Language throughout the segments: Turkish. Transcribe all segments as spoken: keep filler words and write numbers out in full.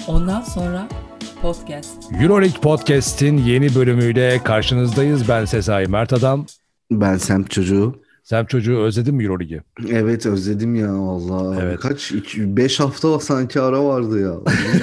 Ondan sonra podcast. Euroleague Podcast'in yeni bölümüyle karşınızdayız. Ben Sezai Mert Adam. Ben Semt Çocuğu. Semt Çocuğu, özledin mi Euroleague'i? Evet, özledim ya Allah. Evet. Kaç? beş hafta sanki ara vardı ya.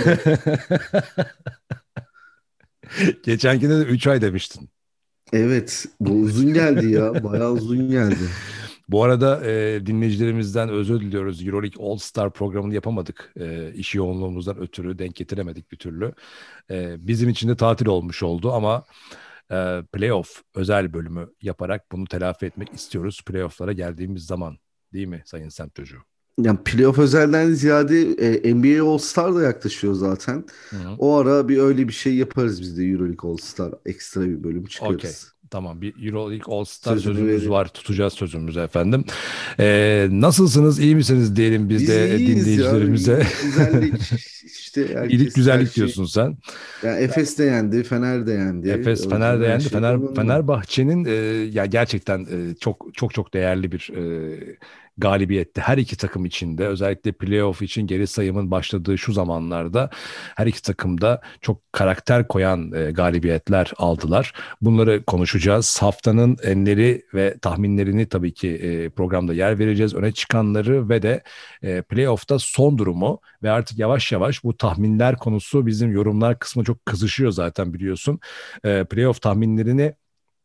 Geçenkinde de üç ay demiştin. Evet, bu uzun geldi ya. Bayağı uzun geldi. Bu arada e, dinleyicilerimizden özür diliyoruz. Euroleague All Star programını yapamadık. E, iş yoğunluğumuzdan ötürü denk getiremedik bir türlü. E, bizim için de tatil olmuş oldu ama e, playoff özel bölümü yaparak bunu telafi etmek istiyoruz. Playoff'lara geldiğimiz zaman, değil mi Sayın Semt Çocuğu? Yani playoff özelden ziyade e, N B A All Star da yaklaşıyor zaten. Hı hı. O ara bir öyle bir şey yaparız biz de, Euroleague All Star ekstra bir bölüm çıkarız. Okay. Tamam, bir Euroleague All Star Sözünü sözümüz verin. var. Tutacağız sözümüzü efendim. Ee, nasılsınız? İyi misiniz diyelim biz, Biz de iyiyiz dinleyicilerimize. ya. Güzellik işte herkes, İyilik güzellik her şey. diyorsun sen. Ya Efes de yendi, Fener de yendi. Efes O Fener de yüzden her yendi. şey Fener, yolunda. Fenerbahçe'nin e, ya gerçekten e, çok çok çok değerli bir e, galibiyetti. Her iki takım için de, özellikle playoff için geri sayımın başladığı şu zamanlarda her iki takım da çok karakter koyan e, galibiyetler aldılar. Bunları konuşacağız. Haftanın enleri ve tahminlerini tabii ki e, programda yer vereceğiz. Öne çıkanları ve de e, playoff'ta son durumu ve artık yavaş yavaş bu tahminler konusu bizim yorumlar kısmı çok kızışıyor zaten, biliyorsun. E, playoff tahminlerini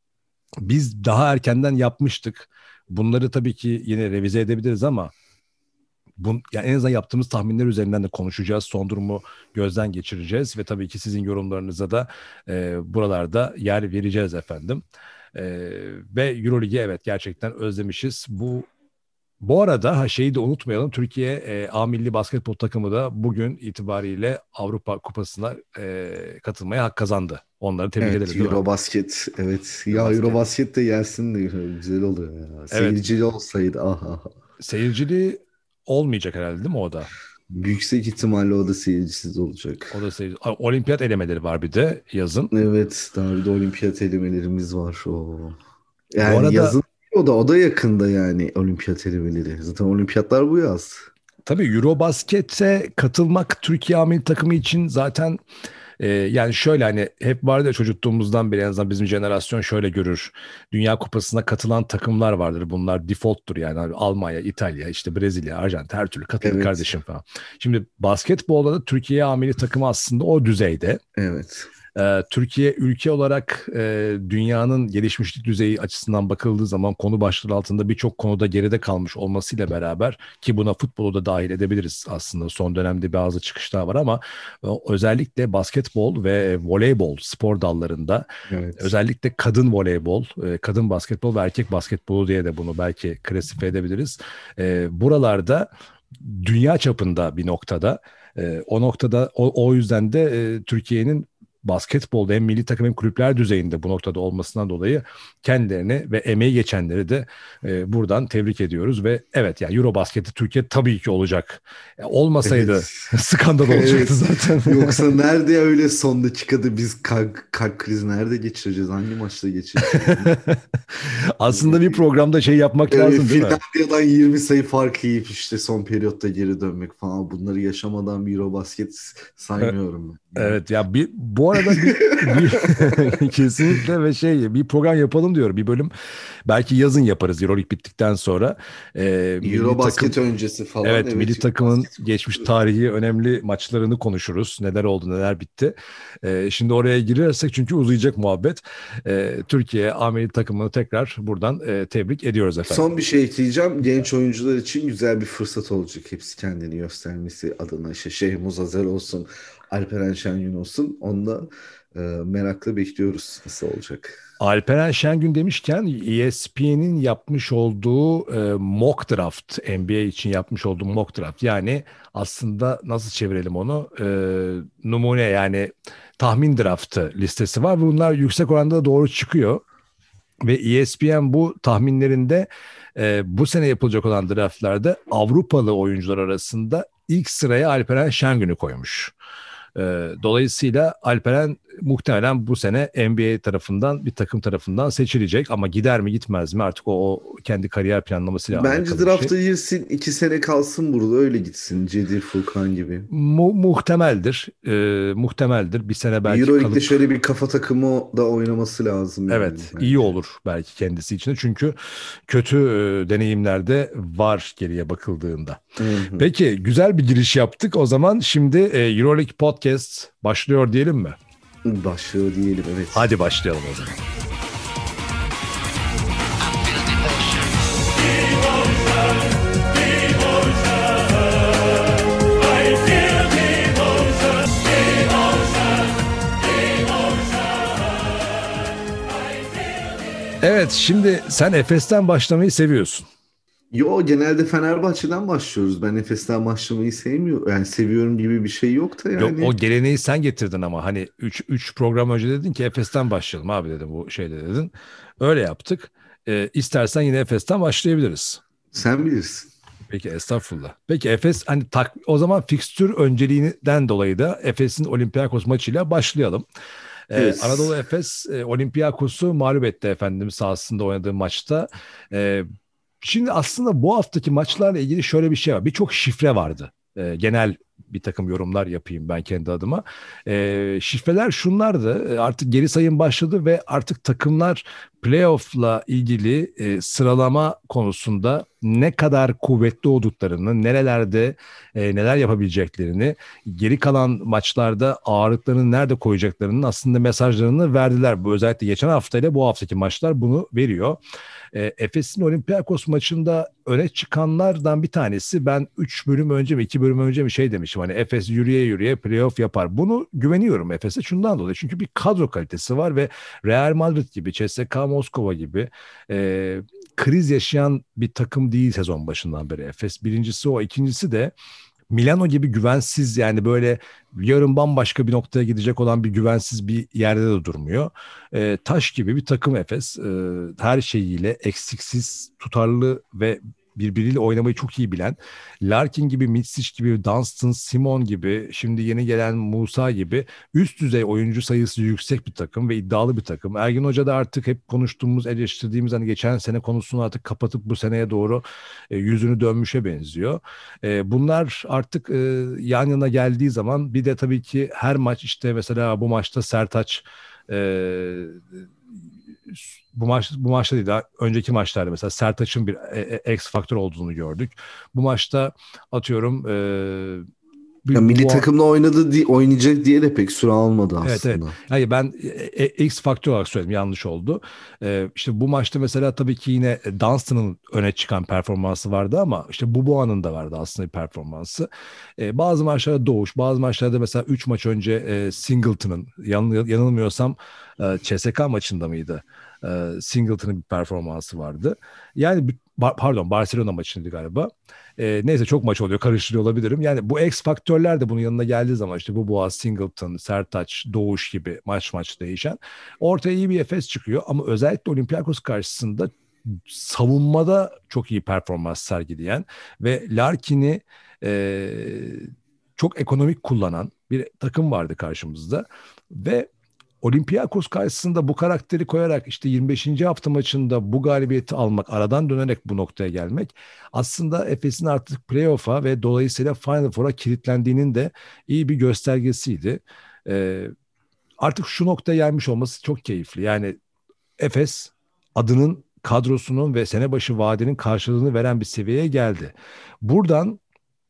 biz daha erkenden yapmıştık. Bunları tabii ki yine revize edebiliriz ama bun, yani en azından yaptığımız tahminler üzerinden de konuşacağız. Son durumu gözden geçireceğiz ve tabii ki sizin yorumlarınıza da e, buralarda yer vereceğiz efendim. E, ve Euroleague'i evet gerçekten özlemişiz. Bu Bu arada ha, şeyi de unutmayalım. Türkiye e, A Milli Basketbol takımı da bugün itibariyle Avrupa Kupası'na e, katılmaya hak kazandı. Onları tebrik Evet, ederiz, değil mi? Eurobasket. Evet. Ya Eurobasket. Eurobasket de gelsin de güzel oluyor ya. Seyircili olsaydı. Aha. Seyircili olmayacak herhalde, değil mi o da? Yüksek ihtimalle o da seyircisiz olacak. O da seyirci. Aa, olimpiyat elemeleri var bir de yazın. Evet. Daha bir de olimpiyat elemelerimiz var. Oo. Bu Yani arada yazın o da o da yakında yani, olimpiyat elemeleri. Zaten olimpiyatlar bu yaz. tabii Eurobasket'e katılmak Türkiye A Milli takımı için zaten e, yani şöyle, hani hep vardı ya, çocukluğumuzdan beri en azından bizim jenerasyon şöyle görür. Dünya Kupası'na katılan takımlar vardır. Bunlar default'tur yani. Hani Almanya, İtalya, işte Brezilya, Arjantin, her türlü katılır Evet. kardeşim falan. Şimdi basketbolda da Türkiye A Milli takımı aslında o düzeyde. Evet. Ee, Türkiye ülke olarak e, dünyanın gelişmişlik düzeyi açısından bakıldığı zaman konu başlığı altında birçok konuda geride kalmış olmasıyla beraber, ki buna futbolu da dahil edebiliriz aslında, son dönemde bazı çıkışlar var ama e, özellikle basketbol ve voleybol spor dallarında, Evet. özellikle kadın voleybol, e, kadın basketbol ve erkek basketbolu diye de bunu belki klasifiye edebiliriz. E, buralarda dünya çapında bir noktada, e, o noktada o, o yüzden de e, Türkiye'nin basketbolda hem milli takım hem kulüpler düzeyinde bu noktada olmasından dolayı kendilerini ve emeği geçenleri de e, buradan tebrik ediyoruz ve evet, yani Eurobasket'te Türkiye tabii ki olacak. E, olmasaydı Evet. skandal olacaktı Evet. zaten. Yoksa nerede öyle son dakikada biz kalp, kalp krizi nerede geçireceğiz? Hangi maçta geçireceğiz? Aslında bir programda şey yapmak Evet, lazım, değil mi? Finlandiya'dan yirmi sayı fark yiyip işte son periyotta geri dönmek falan, bunları yaşamadan bir Eurobasket saymıyorum ben. Evet ya, bir, bu arada bir, bir kesinlikle ve şey, bir program yapalım diyorum, bir bölüm belki yazın yaparız Euroleague bittikten sonra. Ee, milli Eurobasket takım, öncesi falan. evet, Evet, milli takımın Eurobasket geçmiş konuşuruz. tarihi önemli maçlarını konuşuruz. Neler oldu, neler bitti. Ee, şimdi oraya girersek çünkü uzayacak muhabbet. Ee, Türkiye A milli takımını tekrar buradan e, tebrik ediyoruz efendim. Son bir şey ekleyeceğim. Genç oyuncular için güzel bir fırsat olacak. Hepsi kendini göstermesi adına, işte Şehmuz Azer olsun, Alperen Şengün olsun. Onu da e, merakla bekliyoruz. Nasıl olacak? Alperen Şengün demişken, E S P N'in yapmış olduğu e, mock draft, N B A için yapmış olduğu mock draft, yani aslında nasıl çevirelim onu, e, numune, yani tahmin draftı listesi var ve bunlar yüksek oranda doğru çıkıyor ve E S P N bu tahminlerinde e, bu sene yapılacak olan draftlarda Avrupalı oyuncular arasında ilk sıraya Alperen Şengün'ü koymuş. E, dolayısıyla Alperen muhtemelen bu sene N B A tarafından bir takım tarafından seçilecek ama gider mi gitmez mi artık o, o kendi kariyer planlamasıyla Bence alakalı bir drafta şey. girsin, iki sene kalsın burada, öyle gitsin. Cedir Furkan gibi. Mu- muhtemeldir. E, muhtemeldir. Bir sene belki Euroleague'de kalıp şöyle bir kafa takımı da oynaması lazım yani evet iyi bence. olur belki kendisi için de çünkü kötü e, deneyimlerde var geriye bakıldığında. Hı hı. Peki güzel bir giriş yaptık. O zaman şimdi e, Euroleague Podcast başlıyor diyelim mi? Başlıyor diyelim, evet. Hadi başlayalım o zaman. Evet, şimdi sen Efes'ten başlamayı seviyorsun. Yo, genelde Fenerbahçe'den başlıyoruz. Ben Efes'ten başlamayı sevmiyorum. Yani seviyorum gibi bir şey yok da Yok, yani. o geleneği sen getirdin ama hani üç üç program önce dedin ki Efes'ten başlayalım abi dedim bu şeyde dedin. Öyle yaptık. Ee, istersen yine Efes'ten başlayabiliriz. Sen bilirsin. Peki estağfurullah. Peki Efes hani tak, o zaman fikstür önceliğinden dolayı da Efes'in Olympiakos maçıyla başlayalım. Ee, Evet. Anadolu Efes e, Olympiakos'u mağlup etti efendim sahasında oynadığı maçta. Ee, şimdi aslında bu haftaki maçlarla ilgili şöyle bir şey var. Birçok şifre vardı. Ee, genel bir takım yorumlar yapayım ben kendi adıma. Ee, şifreler şunlardı. Ee, Artık geri sayım başladı ve artık takımlar playoff'la ilgili e, sıralama konusunda ne kadar kuvvetli olduklarını, nerelerde e, neler yapabileceklerini, geri kalan maçlarda ağırlıklarını nerede koyacaklarının aslında mesajlarını verdiler. Bu özellikle geçen haftayla bu haftaki maçlar bunu veriyor. E, Efes'in Olympiakos maçında öne çıkanlardan bir tanesi ben üç bölüm önce mi iki bölüm önce mi şey demişim hani Efes yürüye yürüye playoff yapar. Bunu güveniyorum Efes'e şundan dolayı çünkü bir kadro kalitesi var ve Real Madrid gibi, C S K A Moskova gibi e, kriz yaşayan bir takım değil sezon başından beri Efes. Birincisi o, ikincisi de Milano gibi güvensiz yani böyle yarın bambaşka bir noktaya gidecek olan bir güvensiz bir yerde de durmuyor. E, taş gibi bir takım Efes. E, her şeyiyle eksiksiz, tutarlı ve birbiriyle oynamayı çok iyi bilen. Larkin gibi, Mitsic gibi, Dunstan, Simon gibi, şimdi yeni gelen Musa gibi üst düzey oyuncu sayısı yüksek bir takım ve iddialı bir takım. Ergin Hoca da artık hep konuştuğumuz, eleştirdiğimiz hani geçen sene konusunu artık kapatıp bu seneye doğru e, yüzünü dönmüşe benziyor. E, bunlar artık e, yan yana geldiği zaman bir de tabii ki her maç işte mesela bu maçta Sertaç e, bu maç bu maçta değil daha önceki maçlarda mesela Sertaç'ın bir e, e, X faktör olduğunu gördük. Bu maçta atıyorum e, Ya bir, bu, milli bu takımda oynadı di oynayacak diye de pek süre almadı Evet evet. aslında. Hayır ben e, e, X faktör olarak söyledim yanlış oldu. Ee, işte bu maçta mesela tabii ki yine Dunstan'ın öne çıkan performansı vardı ama işte Buboa'nın da vardı aslında bir performansı. Ee, bazı maçlarda Doğuş, bazı maçlarda mesela üç maç önce e, Singleton'ın yanıl, yanılmıyorsam e, C S K A maçında mıydı? E, Singleton'ın bir performansı vardı. Yani bir- ba- pardon Barcelona maçıydı galiba. E, neyse çok maç oluyor karıştırıyor olabilirim. Yani bu X faktörler de bunun yanına geldiği zaman işte bu Boğaz, Singleton, Sertaç, Doğuş gibi maç maç değişen ortaya iyi bir Efes çıkıyor. Ama özellikle Olympiakos karşısında savunmada çok iyi performans sergileyen ve Larkin'i e, çok ekonomik kullanan bir takım vardı karşımızda. Ve Olympiakos karşısında bu karakteri koyarak işte yirmi beşinci hafta maçında bu galibiyeti almak, aradan dönerek bu noktaya gelmek aslında Efes'in artık playoff'a ve dolayısıyla Final Four'a kilitlendiğinin de iyi bir göstergesiydi. Ee, artık şu noktaya gelmiş olması çok keyifli. Yani Efes adının, kadrosunun ve sene başı vaadinin karşılığını veren bir seviyeye geldi. Buradan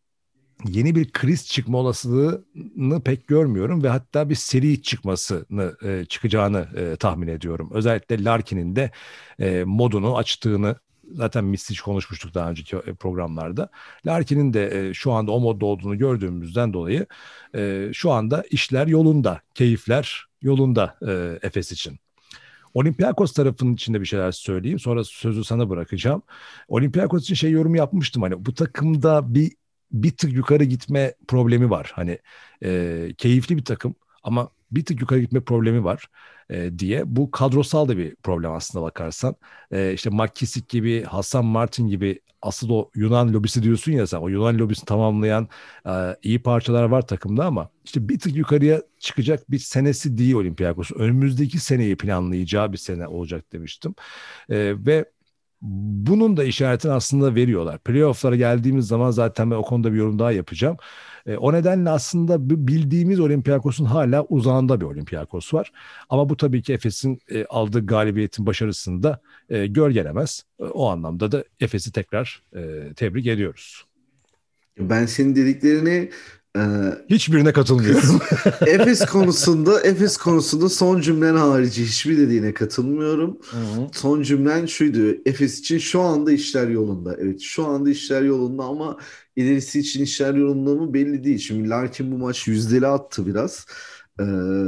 yeni bir kriz çıkma olasılığını pek görmüyorum ve hatta bir seri çıkmasını e, çıkacağını e, tahmin ediyorum. Özellikle Larkin'in de e, modunu açtığını zaten Misic konuşmuştuk daha önceki e, programlarda. Larkin'in de e, şu anda o modda olduğunu gördüğümüzden dolayı e, şu anda işler yolunda, keyifler yolunda e, Efes için. Olympiakos tarafının içinde bir şeyler söyleyeyim. Sonra sözü sana bırakacağım. Olympiakos için şey yorum yapmıştım. Hani bu takımda bir bir tık yukarı gitme problemi var. Hani e, keyifli bir takım ama bir tık yukarı gitme problemi var e, diye. Bu kadrosal da bir problem aslında bakarsan. E, işte McKissick gibi, Hasan Martin gibi asıl o Yunan lobisi diyorsun ya sen, o Yunan lobisini tamamlayan e, iyi parçalar var takımda ama işte bir tık yukarıya çıkacak bir senesi değil Olympiakos. Önümüzdeki seneyi planlayacağı bir sene olacak demiştim. E, ve bunun da işaretini aslında veriyorlar. Playoff'lara geldiğimiz zaman zaten ben o konuda bir yorum daha yapacağım. E, o nedenle aslında bildiğimiz Olympiakos'un hala uzağında bir Olympiakos var. Ama bu tabii ki Efes'in e, aldığı galibiyetin başarısını da e, gölgelemez. E, o anlamda da Efes'i tekrar e, tebrik ediyoruz. Ben senin dediklerini e, Hiçbirine katılmıyorum. Efes konusunda Efes konusunda son cümlen harici hiçbir dediğine katılmıyorum. Hı-hı. Son cümlen şuydu: Efes için şu anda işler yolunda. Evet, şu anda işler yolunda ama ilerisi için işler yolunda mı belli değil. Şimdi Larkin bu maç yüzdeli attı biraz. Ee,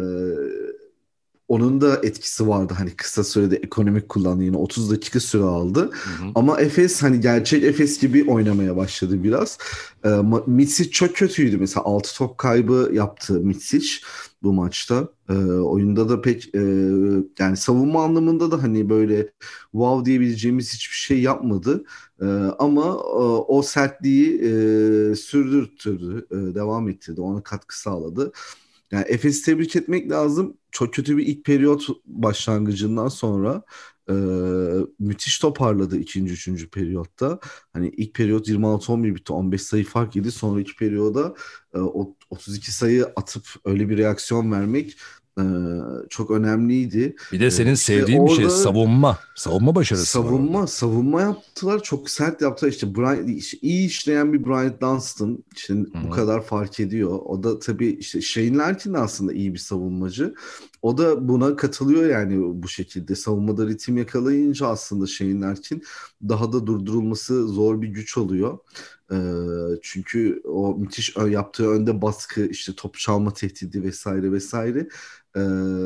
Onun da etkisi vardı. Hani kısa sürede ekonomik kullandı. Yine otuz dakika süre aldı. Hı hı. Ama Efes hani gerçek Efes gibi oynamaya başladı biraz. E, Mitsic çok kötüydü. Mesela altı top kaybı yaptı Mitsic bu maçta. E, oyunda da pek e, yani savunma anlamında da hani böyle wow diyebileceğimiz hiçbir şey yapmadı. E, ama e, o sertliği e, sürdürttürdü. E, devam ettirdi. Ona katkı sağladı. Yani Efes'i tebrik etmek lazım. Çok kötü bir ilk periyot başlangıcından sonra e, müthiş toparladı ikinci, üçüncü periyotta. Hani ilk periyot yirmi altı on bir bitti. on beş sayı fark yedi. Sonraki periyoda e, otuz iki sayı atıp öyle bir reaksiyon vermek e, çok önemliydi. Bir de senin E, işte sevdiğin bir şey orada savunma. Savunma başarısı var orada. savunma savunma yaptılar. Çok sert yaptılar. İşte Brian, işte iyi işleyen bir Bryant Dunstan işte Hı-hı. bu kadar fark ediyor. O da tabii işte Shane Larkin de aslında iyi bir savunmacı. O da buna katılıyor yani bu şekilde. Savunmada ritim yakalayınca aslında Shane Larkin daha da durdurulması zor bir güç oluyor. Ee, çünkü o müthiş yaptığı önde baskı, işte top çalma tehdidi vesaire vesaire. Ee,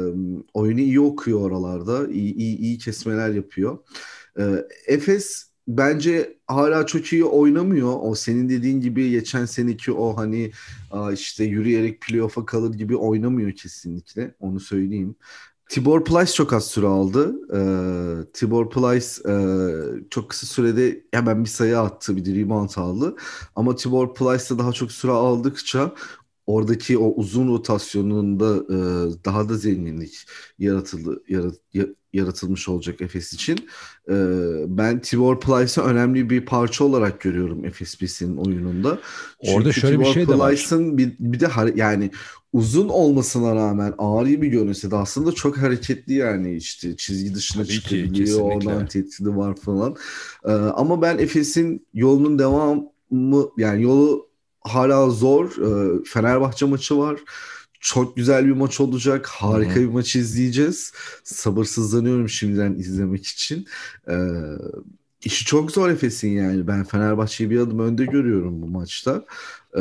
oyunu iyi okuyor oralarda. İyi, iyi, iyi kesmeler yapıyor. Ee, Efes bence hala çok iyi oynamıyor. O senin dediğin gibi geçen seneki o hani işte yürüyerek playoff'a kalır gibi oynamıyor kesinlikle. Onu söyleyeyim. Tibor Plyce çok az süre aldı. Ee, Tibor Plyce e, çok kısa sürede hemen bir sayı attı, bir rebound aldı. Ama Tibor Plyce de daha çok süre aldıkça oradaki o uzun rotasyonunda e, daha da zenginlik yaratıldı, yarat, yaratılmış olacak Efes için. E, ben Tibor Plyce'ı önemli bir parça olarak görüyorum Efes Pilsen'in oyununda. Orada Çünkü şöyle bir Tibor şey de var. Plyce'ın bir, bir de har- yani uzun olmasına rağmen ağır gibi görünse de aslında çok hareketli, yani işte çizgi dışına Tabii ki, çıkabiliyor, kesinlikle. oradan tehdidi var falan. Ee, ama ben Efes'in yolunun devamı, yani yolu hala zor. Ee, Fenerbahçe maçı var. Çok güzel bir maç olacak. Harika Hı-hı. bir maç izleyeceğiz. Sabırsızlanıyorum şimdiden izlemek için. Ee, işi çok zor Efes'in yani. Ben Fenerbahçe'yi bir adım önde görüyorum bu maçta. Ee,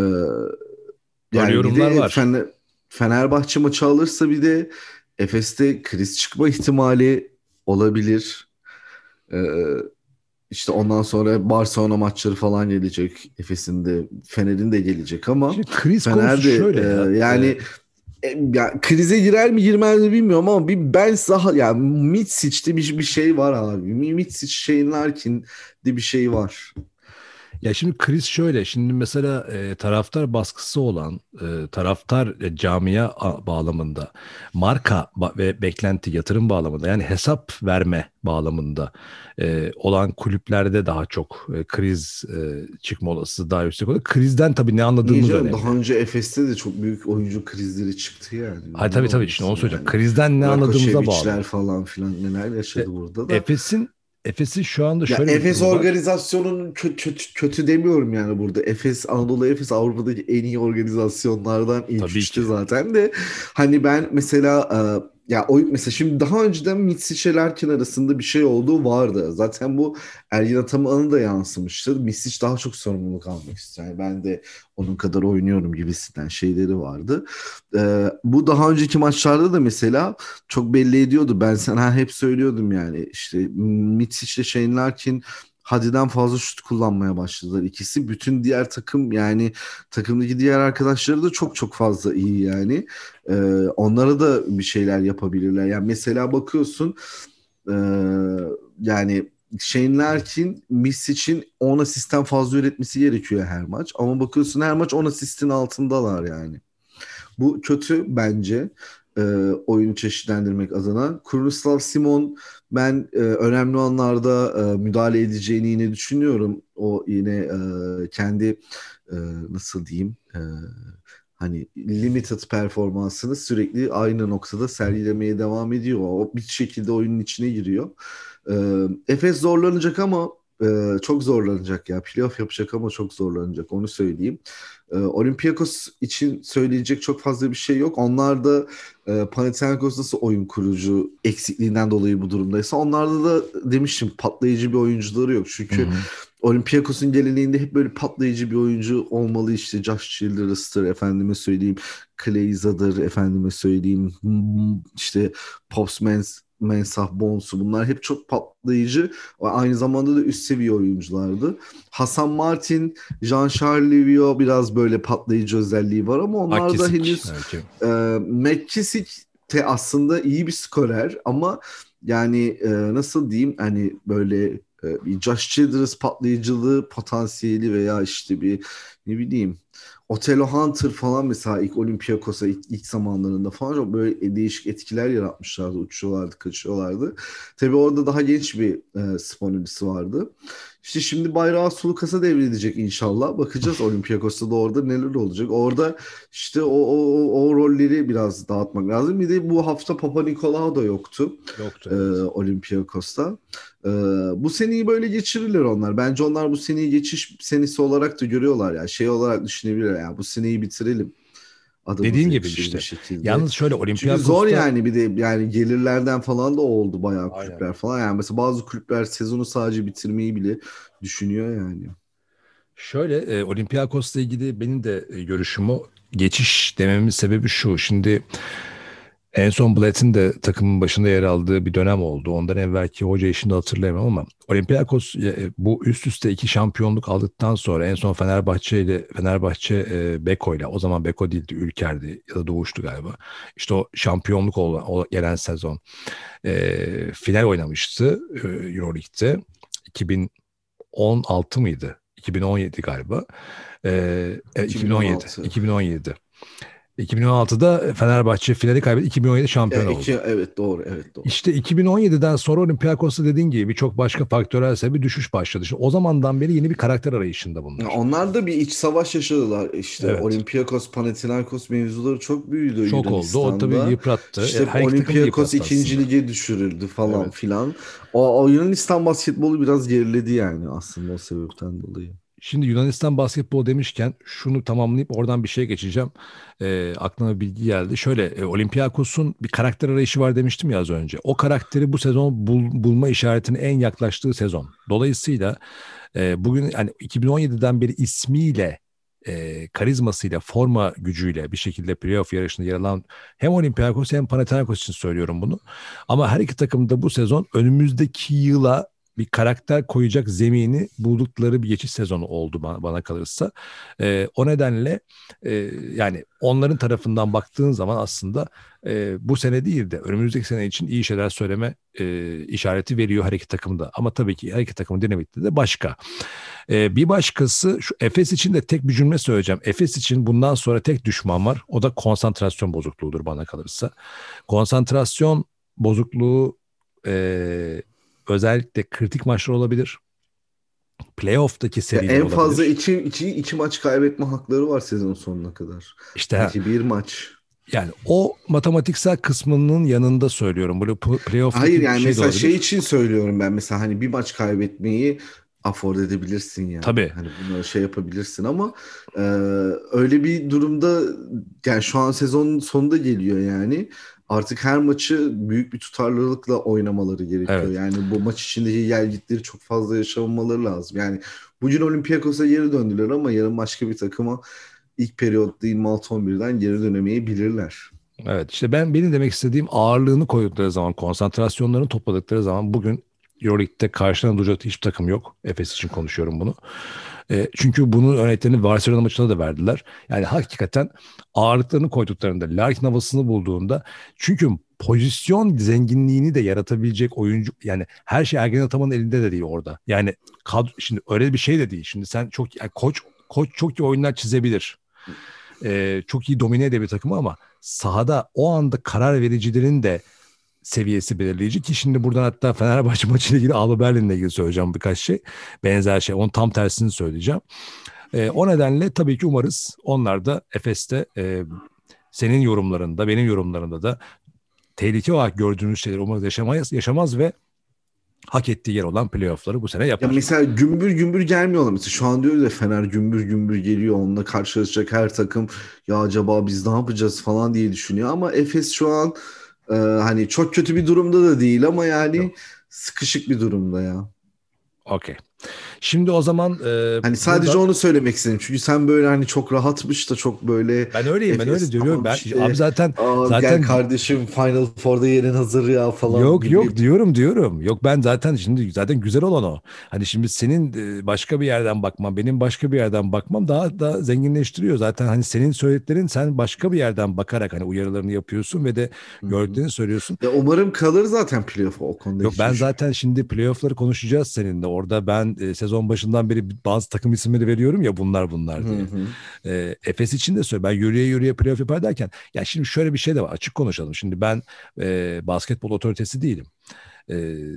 Böyle yani bir yorumlar de var. Fener, Fenerbahçe maçı alırsa bir de Efes'te kriz çıkma ihtimali olabilir. Ee, işte ondan sonra Barcelona maçları falan gelecek. Efes'in de Fener'in de gelecek ama Şimdi kriz konusu Fener de şöyle ya. e, yani E, e, ya krize girer mi girmez mi bilmiyorum ama bir ben daha ya Mitsic'te bir, bir şey var abi. Mitsic, Shane Larkin'de bir şey var. Ya şimdi kriz şöyle. Şimdi mesela e, taraftar baskısı olan e, taraftar e, camia a- bağlamında, marka ba- ve beklenti yatırım bağlamında, yani hesap verme bağlamında e, olan kulüplerde daha çok e, kriz e, çıkma olasılığı daha yüksek oluyor. Krizden tabii ne Niye anladığımız canım? önemli. Daha önce Efes'te de çok büyük oyuncu krizleri çıktı yani. Hayır, Neden tabii tabii, şimdi onu olmasın söyleyeceğim. yani? Krizden ne anladığımıza bağlı. Rakoçeviçler falan filan neler E, yaşadı burada da. Efes'in Efes'in şu anda Ya şöyle bir Efes durum var. organizasyonunun kötü, kötü, kötü demiyorum yani burada. Efes, Anadolu Efes Avrupa'daki en iyi organizasyonlardan ilk Tabii üçte ki. zaten de. Hani ben mesela e, ya o mesela şimdi daha önceden Mitsic'le Larkin arasında bir şey olduğu vardı. Zaten bu Ergin Ataman'a da yansımıştı. Mitsic daha çok sorumluluk almak istiyor. Yani ben de onun kadar oynuyorum gibisinden şeyleri vardı. E, bu daha önceki maçlarda da mesela çok belli ediyordu. Ben sana hep söylüyordum yani işte Mitsic'le Shane Larkin haddinden fazla şut kullanmaya başladılar ikisi. Bütün diğer takım, yani takımdaki diğer arkadaşları da çok çok fazla iyi yani. Ee, onlara da bir şeyler yapabilirler. Yani mesela bakıyorsun e, yani Shane Larkin, Misic'in on asistten fazla üretmesi gerekiyor her maç. Ama bakıyorsun her maç on asistin altındalar yani. Bu kötü bence e, oyunu çeşitlendirmek adına. Krunoslav Simon ben e, önemli anlarda e, müdahale edeceğini yine düşünüyorum. O yine e, kendi e, nasıl diyeyim e, hani limited performansını sürekli aynı noktada sergilemeye devam ediyor. O bir şekilde oyunun içine giriyor. E, Efes zorlanacak ama e, çok zorlanacak ya. Playoff yapacak ama çok zorlanacak. Onu söyleyeyim. E, Olympiakos için söyleyecek çok fazla bir şey yok. Onlar da e, Panathinaikos nasıl oyun kurucu eksikliğinden dolayı bu durumdaysa onlarda da demiştim patlayıcı bir oyuncuları yok. Çünkü Hı-hı. Olympiakos'un geleneğinde hep böyle patlayıcı bir oyuncu olmalı, işte Josh Childers'tır, efendime söyleyeyim Kleyza'dır, efendime söyleyeyim işte Pops Mens Mensah Bonsu, bunlar hep çok patlayıcı ve aynı zamanda da üst seviye oyunculardı. Hasan Martin, Jean-Charles Livio biraz böyle patlayıcı özelliği var ama onlar McKissick, da henüz e, McKissick de aslında iyi bir skorer ama yani e, nasıl diyeyim hani böyle e, bir Josh Childress patlayıcılığı potansiyeli veya işte bir ne bileyim Otello Hunter falan mesela ilk Olympiakos'a ilk, ilk zamanlarında falan çok böyle değişik etkiler yaratmışlardı. Uçuyorlardı, kaçıyorlardı. Tabii orada daha genç bir e, Spanoulis vardı. İşte şimdi bayrağı Sulukas'a devredecek inşallah. Bakacağız Olympiakos'ta da orada neler olacak. Orada işte o, o, o, o rolleri biraz dağıtmak lazım. Bir de bu hafta Papa Nikolaou da yoktu. Yoktu. E, evet. Olympiakos'ta. E, bu seneyi böyle geçirirler onlar. Bence onlar bu seneyi geçiş senesi olarak da görüyorlar ya. Şey olarak düşünebilirler ya. Bu seneyi bitirelim. Dediğin gibi işte. Yalnız şöyle Olympiakos'ta... Çünkü zor yani bir de yani gelirlerden falan da oldu bayağı kulüpler Aynen. falan. Yani mesela bazı kulüpler sezonu sadece bitirmeyi bile düşünüyor yani. Şöyle e, Olympiakos'la ilgili benim de e, görüşüm o. Geçiş dememin sebebi şu. Şimdi en son Blatt'in de takımın başında yer aldığı bir dönem oldu. Ondan evvelki hoca işini hatırlayamam ama Olympiakos e, bu üst üste iki şampiyonluk aldıktan sonra en son Fenerbahçe ile Fenerbahçe e, Beko ile o zaman Beko değildi Ülker'di ya da Doğuş'tu galiba. İşte o şampiyonluk olan, o gelen sezon e, final oynamıştı e, Euroleague'de. iki bin on altı mıydı? iki bin on yedi galiba. Ee, iki bin on yedi. iki bin on yedi. iki bin on altıda Fenerbahçe finali kaybetti. iki bin on yedi şampiyon e, iki, oldu. Evet doğru, evet doğru. İşte iki bin on yediden sonra Olympiakos'ta dediğin gibi birçok başka faktörel sebebi düşüş başladı. İşte o zamandan beri yeni bir karakter arayışında bunlar. Onlar da bir iç savaş yaşadılar. İşte evet. Olympiakos, Panathinaikos mevzuları çok büyüdü çok Yunanistan'da. Çok oldu. O tabii yıprattı. İşte Her Olympiakos ikinci lige düşürüldü falan evet. filan. O, o Yunanistan basketbolu biraz geriledi yani aslında o sebepten dolayı. Şimdi Yunanistan basketbol demişken şunu tamamlayıp oradan bir şey geçeceğim. E, aklıma bir bilgi geldi. Şöyle e, Olympiakos'un bir karakter arayışı var demiştim ya az önce. O karakteri bu sezon bul, bulma işaretine en yaklaştığı sezon. Dolayısıyla e, bugün yani iki bin on yediden beri ismiyle, e, karizmasıyla, forma gücüyle bir şekilde playoff yarışında yer alan hem Olympiakos hem Panathinaikos için söylüyorum bunu. Ama her iki takım da bu sezon önümüzdeki yıla bir karakter koyacak zemini buldukları bir geçiş sezonu oldu bana, bana kalırsa. E, o nedenle e, yani onların tarafından baktığın zaman aslında e, bu sene değil de önümüzdeki sene için iyi şeyler söyleme e, işareti veriyor her iki takımda. Ama tabii ki her iki takımın dinamikte de başka. E, bir başkası şu Efes için de tek bir cümle söyleyeceğim. Efes için bundan sonra tek düşman var. O da konsantrasyon bozukluğudur bana kalırsa. Konsantrasyon bozukluğu e, özellikle kritik maçlar olabilir. Playoff'taki seriler olabilir. En fazla iki, iki, iki maç kaybetme hakları var sezon sonuna kadar. İşte iki bir maç. Yani o matematiksel kısmının yanında söylüyorum. Böyle playoff'taki Hayır yani şey mesela şey için söylüyorum ben. Mesela hani bir maç kaybetmeyi afford edebilirsin yani. Tabii. Hani bunları şey yapabilirsin ama e, öyle bir durumda yani şu an sezonun sonunda geliyor yani. Artık her maçı büyük bir tutarlılıkla oynamaları gerekiyor. Evet. Yani bu maç içindeki gelgitleri çok fazla yaşamamaları lazım. Yani bugün Olympiakos'a geri döndüler ama yarın başka bir takıma ilk periyotta yirmi altı on birden geri dönemeyebilirler. Evet işte ben benim demek istediğim ağırlığını koydukları zaman, konsantrasyonlarını topladıkları zaman bugün Euroleague'de karşılarına duracak hiçbir takım yok. Efes için konuşuyorum bunu. E, çünkü bunun örneklerini Barcelona maçında da verdiler. Yani hakikaten ağırlıklarını koyduklarında, Larkin havasını bulduğunda çünkü pozisyon zenginliğini de yaratabilecek oyuncu, yani her şey Ergen Ataman'ın elinde de değil orada. Yani kadro, şimdi öyle bir şey de değil. Şimdi sen çok yani koç koç çok iyi oyunlar çizebilir. Ee, çok iyi domine edebilir takımı ama sahada o anda karar vericilerin de seviyesi belirleyici ki şimdi buradan hatta Fenerbahçe maçıyla ilgili Alba Berlin'le ilgili söyleyeceğim birkaç şey. Benzer şey. Onun tam tersini söyleyeceğim. Ee, o nedenle tabii ki umarız onlar da Efes'te e, senin yorumlarında, benim yorumlarında da tehlike olarak gördüğünüz şeyleri umarız yaşamayız, yaşamaz ve hak ettiği yer olan playoff'ları bu sene yapar. Ya mesela gümbür gümbür gelmiyorlar. Mesela şu an diyoruz ya Fener gümbür gümbür geliyor. Onunla karşılaşacak her takım ya acaba biz ne yapacağız falan diye düşünüyor. Ama Efes şu an e, hani çok kötü bir durumda da değil ama yani Yok. sıkışık bir durumda ya. Okey. Şimdi o zaman e, hani sadece burada... onu söylemek istedim. Çünkü sen böyle hani çok rahatmış da çok böyle ben öyleyim ben öyle diyorum. tamam Ben işte, abi zaten Aa, zaten gel kardeşim Final Four'da yerin hazır ya falan yok gibi. yok diyorum diyorum. Yok ben zaten şimdi zaten güzel olan o. Hani şimdi senin başka bir yerden bakman, benim başka bir yerden bakmam daha da zenginleştiriyor. Zaten hani senin söylediklerin sen başka bir yerden bakarak hani uyarılarını yapıyorsun ve de gördüklerini söylüyorsun. Ya umarım kalır zaten playoff'a o konuda. Yok ben zaten şimdi playoff'ları konuşacağız seninle. Orada ben e, sezon başından beri bazı takım isimleri veriyorum ya bunlar bunlar diye. Hı hı. E, Efes için de söyle. Ben yürüye yürüye playoff yapar derken ya şimdi şöyle bir şey de var. Açık konuşalım. Şimdi ben e, basketbol otoritesi değilim. E,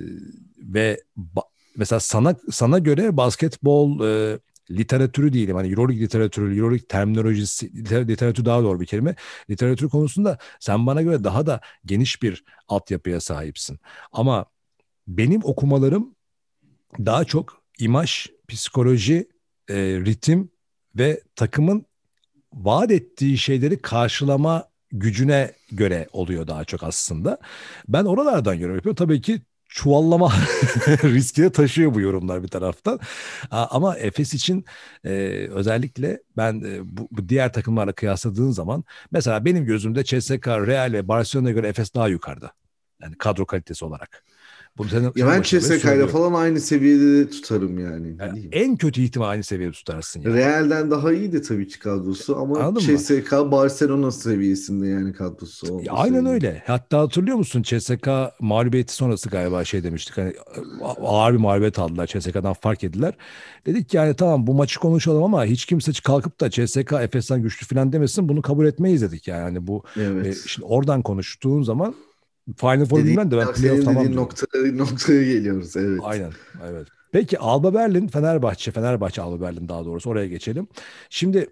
ve ba- mesela sana sana göre basketbol e, literatürü değilim. Hani Euroleague literatürü, Euroleague terminolojisi, liter- literatür daha doğru bir kelime. Literatür konusunda sen bana göre daha da geniş bir altyapıya sahipsin. Ama benim okumalarım daha çok imaj, psikoloji, e, ritim ve takımın vaat ettiği şeyleri karşılama gücüne göre oluyor daha çok aslında. Ben oralardan yorum yapıyorum. Tabii ki çuvallama riski de taşıyor bu yorumlar bir taraftan. Ama Efes için e, özellikle ben e, bu, bu diğer takımlarla kıyasladığın zaman mesela benim gözümde C S K, Real ve Barcelona'ya göre Efes daha yukarıda. Yani kadro kalitesi olarak. Bunu senin, ya senin ben C S K ile falan aynı seviyede tutarım yani. yani en kötü ihtimal aynı seviyede tutarsın yani. Real'den daha iyi de tabii ki kadrosu ama Anladın C mı? S K Barcelona seviyesinde yani kadrosu. Ya aynen öyle. Hatta hatırlıyor musun C S K mağlubiyeti sonrası galiba şey demiştik. Hani ağır bir mağlubiyet aldılar. C S K'dan fark ettiler. Dedik ki yani tamam bu maçı konuşalım ama hiç kimse kalkıp da C S K Efes'ten güçlü falan demesin. Bunu kabul etmeyiz dedik yani. Yani bu evet. e, şimdi oradan konuştuğun zaman Final Four bilmem de ben playoff tamam diyorum. Noktaya, noktaya geliyoruz evet. Aynen evet. Peki Alba Berlin Fenerbahçe Fenerbahçe Alba Berlin daha doğrusu oraya geçelim. Şimdi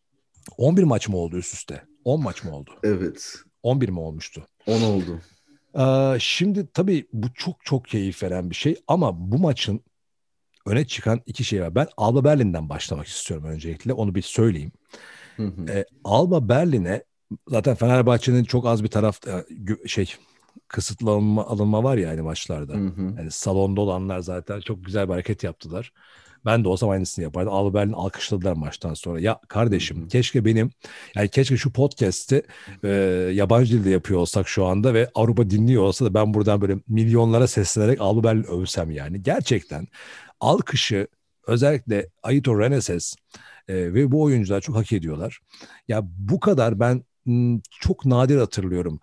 on bir maç mı oldu üst üste? on maç mı oldu? Evet. on bir mi olmuştu? on oldu. Ee, şimdi tabii bu çok çok keyif veren bir şey ama bu maçın öne çıkan iki şey var. Ben Alba Berlin'den başlamak istiyorum öncelikle. Onu bir söyleyeyim. Hı hı. Ee, Alba Berlin'e zaten Fenerbahçe'nin çok az bir taraf şey kısıtlı alınma, alınma var ya yani maçlarda. Hı hı. Yani salonda olanlar zaten çok güzel bir hareket yaptılar. Ben de olsam aynısını yapardım. Alba Berlin alkışladılar maçtan sonra. Ya kardeşim hı hı. keşke benim yani keşke şu podcast'i e, yabancı dilde yapıyor olsak şu anda ve Avrupa dinliyor olsa da ben buradan böyle milyonlara seslenerek Alba Berlin övsem yani. Gerçekten alkışı özellikle Aitor Reneses e, ve bu oyuncular çok hak ediyorlar. Ya bu kadar ben m, çok nadir hatırlıyorum.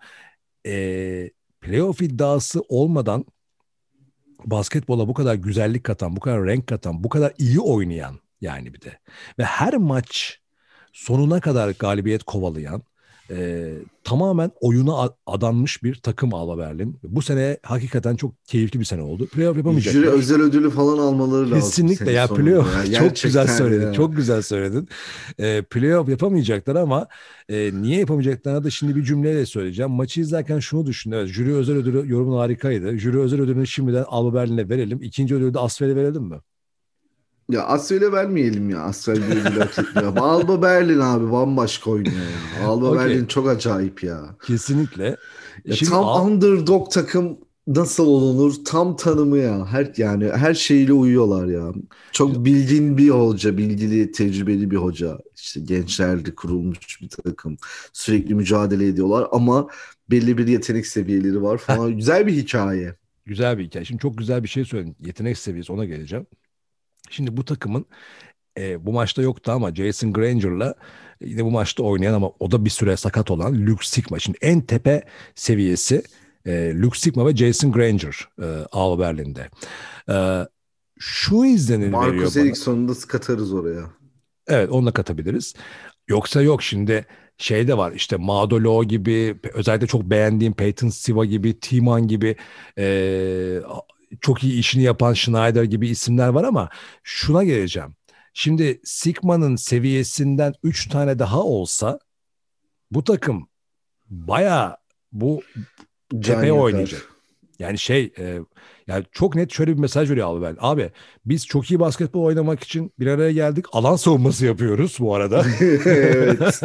E, playoff iddiası olmadan basketbola bu kadar güzellik katan, bu kadar renk katan, bu kadar iyi oynayan yani bir de. Ve her maç sonuna kadar galibiyet kovalayan, e, tamamen oyuna adanmış bir takım Alba Berlin. Bu sene hakikaten çok keyifli bir sene oldu. Playoff yapamayacaklar. Jüri özel ödülü falan almaları lazım. Kesinlikle ya playoff ya. Çok güzel söyledin. Ya. Çok güzel söyledin. E, playoff yapamayacaklar ama e, niye yapamayacaklarına da şimdi bir cümleyle söyleyeceğim. Maçı izlerken şunu düşündüm. Evet, jüri özel ödülü yorumun harikaydı. Jüri özel ödülünü şimdiden Alba Berlin'e verelim. İkinci ödülü de Asfel'e verelim mi? Ya Asfel'e vermeyelim ya. Asfel bir ödül hak etmiyor. Alba Berlin abi bambaşka oynuyor ya. Alba okay. Berlin çok acayip ya. Kesinlikle. Ya tam al- underdog takım nasıl olunur tam tanımı ya. Her yani her şeyle uyuyorlar ya. Çok bilgin bir hoca, bilgili, tecrübeli bir hoca. İşte gençlerle kurulmuş bir takım. Sürekli mücadele ediyorlar ama belli bir yetenek seviyeleri var falan. Güzel bir hikaye. Güzel bir hikaye. Şimdi çok güzel bir şey söyledin. Yetenek seviyesi ona geleceğim. Şimdi bu takımın E, bu maçta yoktu ama Jason Granger'la yine bu maçta oynayan ama o da bir süre sakat olan Luke Sigma. Şimdi en tepe seviyesi e, Luke Sigma ve Jason Granger e, Alba Berlin'de. E, şu izlenim veriyor Marcus bana. Ericsson'u da katarız oraya. Evet, onu da katabiliriz. Yoksa yok, şimdi şey de var işte Madolo gibi, özellikle çok beğendiğim Peyton Siva gibi, Timan gibi, e, çok iyi işini yapan Schneider gibi isimler var ama şuna geleceğim. Şimdi Sigma'nın seviyesinden üç tane daha olsa bu takım bayağı bu Can tepeye yakar. oynayacak. Yani şey e, yani çok net şöyle bir mesaj veriyor abi ben. Abi biz çok iyi basketbol oynamak için bir araya geldik. Alan savunması yapıyoruz bu arada. Evet.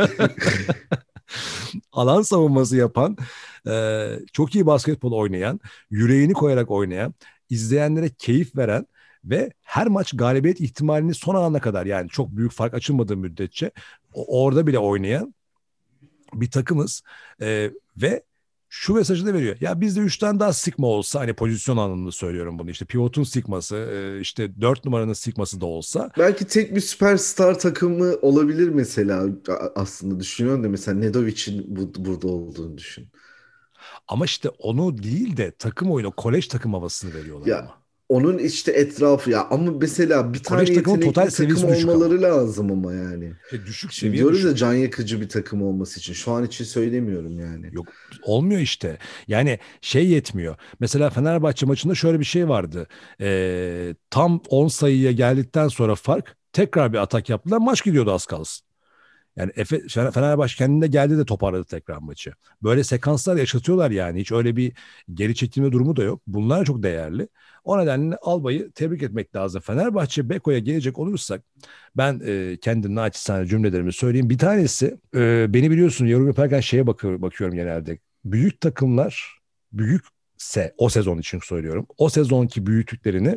Alan savunması yapan, e, çok iyi basketbol oynayan, yüreğini koyarak oynayan, izleyenlere keyif veren ve her maç galibiyet ihtimalini son ana kadar, yani çok büyük fark açılmadığı müddetçe o- orada bile oynayan bir takımız. E, ve şu mesajı da veriyor. Ya bizde üç tane daha sigma olsa, hani pozisyon anlamında söylüyorum bunu, işte pivotun sigması, e, işte dört numaranın sigması da olsa. Belki tek bir süperstar takımı olabilir mesela. A- Aslında düşünüyorum da mesela Nedovic'in bu, burada olduğunu düşün. Ama işte onu değil de takım oyunu, kolej takım havasını veriyorlar Ya ama. onun işte etrafı ya ama mesela bir Kolej tane takımın yetenekli total bir takım seviyesi düşük ama. olmaları lazım ama yani. İşte düşük Şimdi seviye diyoruz ya düşük. can yakıcı bir takım olması için. Şu an için söylemiyorum yani. Yok, olmuyor işte. Yani şey yetmiyor. Mesela Fenerbahçe maçında şöyle bir şey vardı. Ee, tam on sayıya geldikten sonra fark, tekrar bir atak yaptılar. Maç gidiyordu az kalsın. Yani Efe, Fenerbahçe kendine geldi de toparladı tekrar maçı. Böyle sekanslar yaşatıyorlar yani. Hiç öyle bir geri çekilme durumu da yok. Bunlar çok değerli. O nedenle Alba'yı tebrik etmek lazım. Fenerbahçe Beko'ya gelecek olursak, ben e, kendim naçizane cümlelerimi söyleyeyim. Bir tanesi, e, beni biliyorsun, yorum yaparken şeye bakıyorum, bakıyorum genelde. Büyük takımlar, büyükse o sezon için söylüyorum, o sezonki büyüklüklerini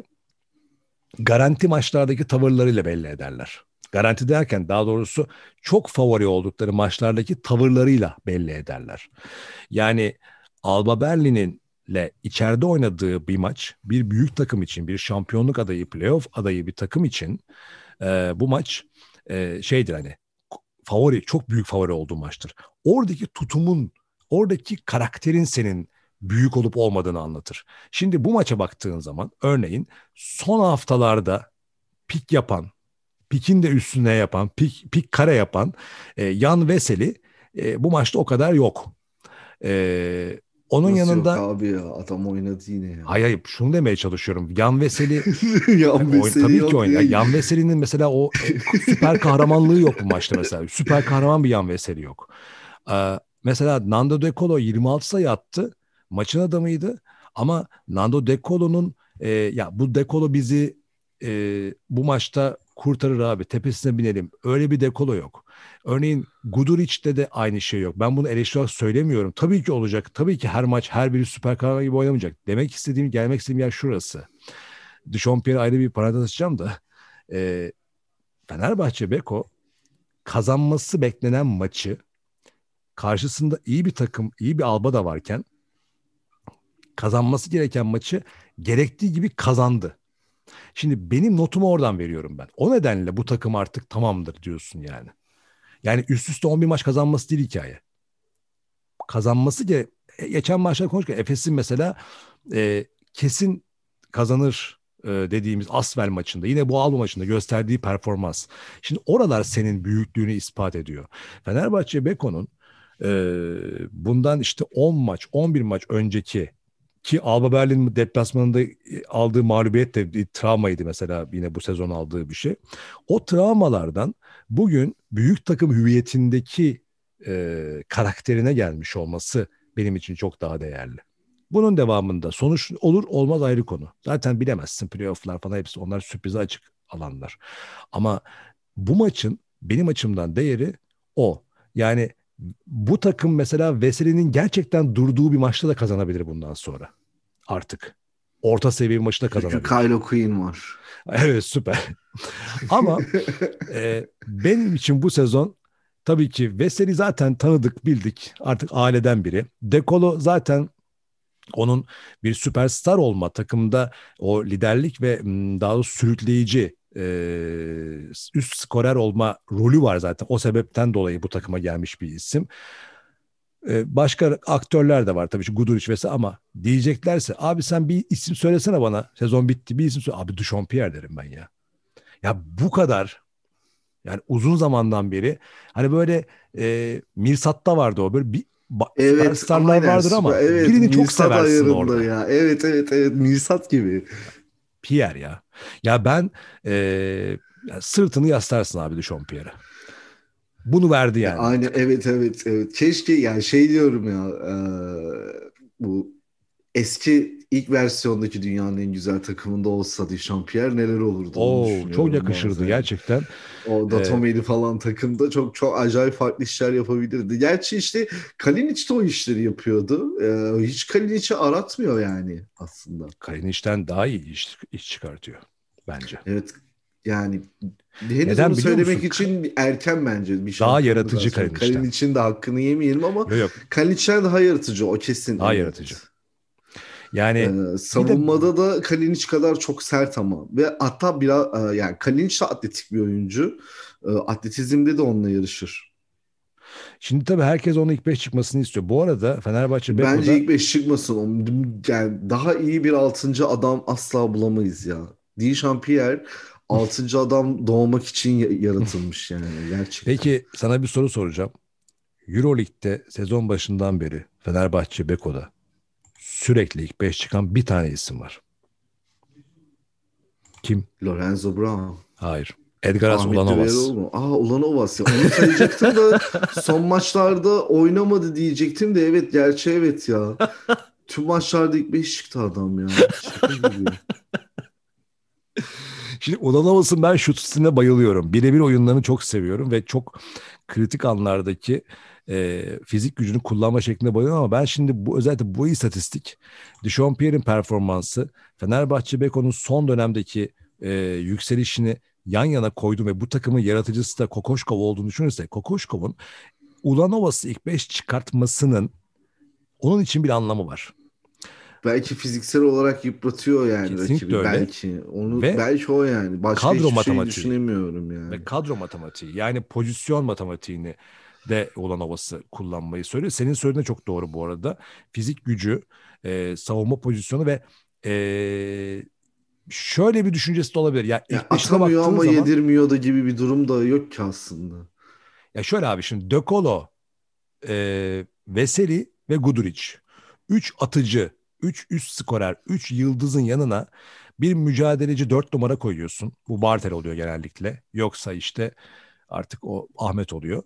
garanti maçlardaki tavırlarıyla belli ederler. Garanti derken daha doğrusu çok favori oldukları maçlardaki tavırlarıyla belli ederler. Yani Alba Berlin'inle içeride oynadığı bir maç, bir büyük takım için, bir şampiyonluk adayı, playoff adayı bir takım için, e, bu maç e, şeydir, hani favori, çok büyük favori olduğu maçtır. Oradaki tutumun, oradaki karakterin senin büyük olup olmadığını anlatır. Şimdi bu maça baktığın zaman örneğin son haftalarda pik yapan, pikin de üstüne yapan, pik, pik kare yapan e, Jan Veseli e, bu maçta o kadar yok. E, onun Nasıl yok yanında, abi ya? Adam oynadı yine ya. hayır hayır, şunu demeye çalışıyorum. Jan Veseli Ya tabii, oyun, mesele tabii ki yok oynuyor. değil. Jan Veseli'nin mesela o e, süper kahramanlığı yok bu maçta mesela. Süper kahraman bir Jan Veseli yok. Ee, mesela Nando De Colo yirmi altı sayı attı. Maçın adamıydı. Ama Nando De Colo'nun e, ya bu De Colo bizi e, bu maçta kurtarır abi, tepesine binelim, öyle bir De Colo yok. Örneğin Guduric'te de aynı şey yok. Ben bunu eleştiri olarak söylemiyorum. Tabii ki olacak. Tabii ki her maç her biri süper kahraman gibi oynamayacak. Demek istediğim, gelmek istediğim yer şurası. Duchampierre'e ayrı bir parantez açacağım da. E, Fenerbahçe Beko kazanması beklenen maçı, karşısında iyi bir takım, iyi bir Alba da varken, kazanması gereken maçı gerektiği gibi kazandı. Şimdi benim notumu oradan veriyorum ben. O nedenle bu takım artık tamamdır diyorsun yani. Yani üst üste on bir maç kazanması değil hikaye. Kazanması ge geçen maçlar konuşurken Efes'in mesela e, kesin kazanır e, dediğimiz Asvel maçında, yine bu Alba maçında gösterdiği performans. Şimdi oralar senin büyüklüğünü ispat ediyor. Fenerbahçe Beko'nun e, bundan işte on maç, on bir maç önceki, ki Alba Berlin deplasmanında aldığı mağlubiyet de bir travmaydı mesela, yine bu sezon aldığı bir şey. O travmalardan bugün büyük takım hüviyetindeki e, karakterine gelmiş olması benim için çok daha değerli. Bunun devamında sonuç olur olmaz ayrı konu. Zaten bilemezsin, playoff'lar falan hepsi, onlar sürprize açık alanlar. Ama bu maçın benim açımdan değeri o. Yani bu takım mesela Veseli'nin gerçekten durduğu bir maçta da kazanabilir bundan sonra. Artık. Orta seviye bir maçı da Çünkü kazanabilir. Kylo Quinn var. Evet, süper. Ama e, benim için bu sezon tabii ki Veseli zaten tanıdık, bildik. Artık aileden biri. De Colo zaten onun bir süperstar olma, takımda o liderlik ve m, daha doğrusu sürükleyici e, üst skorer olma rolü var zaten. O sebepten dolayı bu takıma gelmiş bir isim. E, başka aktörler de var tabii ki Guduric vesaire ama diyeceklerse abi sen bir isim söylesene bana. Sezon bitti bir isim söyle. Abi Duchampier derim ben ya. Ya bu kadar yani uzun zamandan beri hani böyle e, Mirsat'ta vardı o böyle bir ba- Evet, süperstarlar aynen vardır süper. ama Evet, birini çok Mirsat seversin ayarında orada. ya. Evet evet evet, Mirsat gibi. Pierre ya. Ya ben e, ya sırtını yaslarsın abi Duchampier'e. Bunu verdi Ya yani aynı, artık. evet evet evet. Keşke yani şey diyorum ya, eee, bu eski ilk versiyondaki dünyanın en güzel takımında olsa Dechampierre neler olurdu onu Oo çok düşünüyorum yakışırdı bazen. gerçekten. O E, Datomeli falan takımda çok çok acayip farklı işler yapabilirdi. Gerçi işte Kalinic de o işleri yapıyordu. Eee, hiç Kalinic'i aratmıyor yani aslında. Kalinic'ten daha iyi iş, iş çıkartıyor bence. Evet yani henüz onu Neden biliyor söylemek musun? Ka- için erken bence bir Daha şampiyonluktan yaratıcı sonra. Kalinic'ten. Kalinic'in de hakkını yemeyelim ama Yok yok Kalinic'ten daha yaratıcı o kesin, daha yaratıcı. evet. Yani Ee, bir de savunmada da Kalinic kadar çok sert ama ve hatta biraz e, yani Kalinic de atletik bir oyuncu. Ee, atletizmde de onunla yarışır. şimdi tabii herkes onun ilk beş çıkmasını istiyor. Bu arada Fenerbahçe Bence Beko'da ilk beş çıkmasın. O- Yani daha iyi bir altıncı adam asla bulamayız ya. Jean-Pierre altıncı adam doğmak için ya- yaratılmış yani gerçekten. peki sana bir soru soracağım. Euroleague'de sezon başından beri Fenerbahçe Beko'da sürekli ilk beş çıkan bir tane isim var. Kim? Lorenzo Brown. Hayır. Edgaras Ahmet Ulanovas. Düveroğlu mu? Aa, Ulanovas ya. Onu sayacaktım da son maçlarda oynamadı diyecektim de evet, gerçi evet ya. Tüm maçlarda ilk beş çıktı adam ya. Şaka gibi. Şimdi Ulanovas'ın ben şut stiline bayılıyorum. Birebir oyunlarını çok seviyorum ve çok kritik anlardaki e, fizik gücünü kullanma şeklinde bayılıyorum ama ben şimdi bu özellikle bu istatistik Dechampierre'in performansı Fenerbahçe Beko'nun son dönemdeki e, yükselişini yan yana koydum ve bu takımın yaratıcısı da Kokoşkov olduğunu düşünürsek Kokoşkov'un Ulanovas'ı ilk beş çıkartmasının onun için bir anlamı var. Belki fiziksel olarak yıpratıyor yani Kesinlikle rakibi. öyle Belki. Onu ve belki o yani. Başka kadro hiçbir şey matematiği düşünemiyorum ve yani. kadro matematiği yani pozisyon matematiğini de olan havası kullanmayı söylüyor. Senin söylediğin de çok doğru bu arada. Fizik gücü, e, savunma pozisyonu ve e, şöyle bir düşüncesi de olabilir. Ya Ya ilk beşine atamıyor baktığın ama zaman yedirmiyor da gibi bir durum da yok ki aslında. ya şöyle abi şimdi De Colo, e, Veseli ve Guduric. Üç atıcı, üç üst skorer, üç yıldızın yanına bir mücadeleci dört numara koyuyorsun. Bu Bartel oluyor genellikle. Yoksa işte artık o Ahmet oluyor.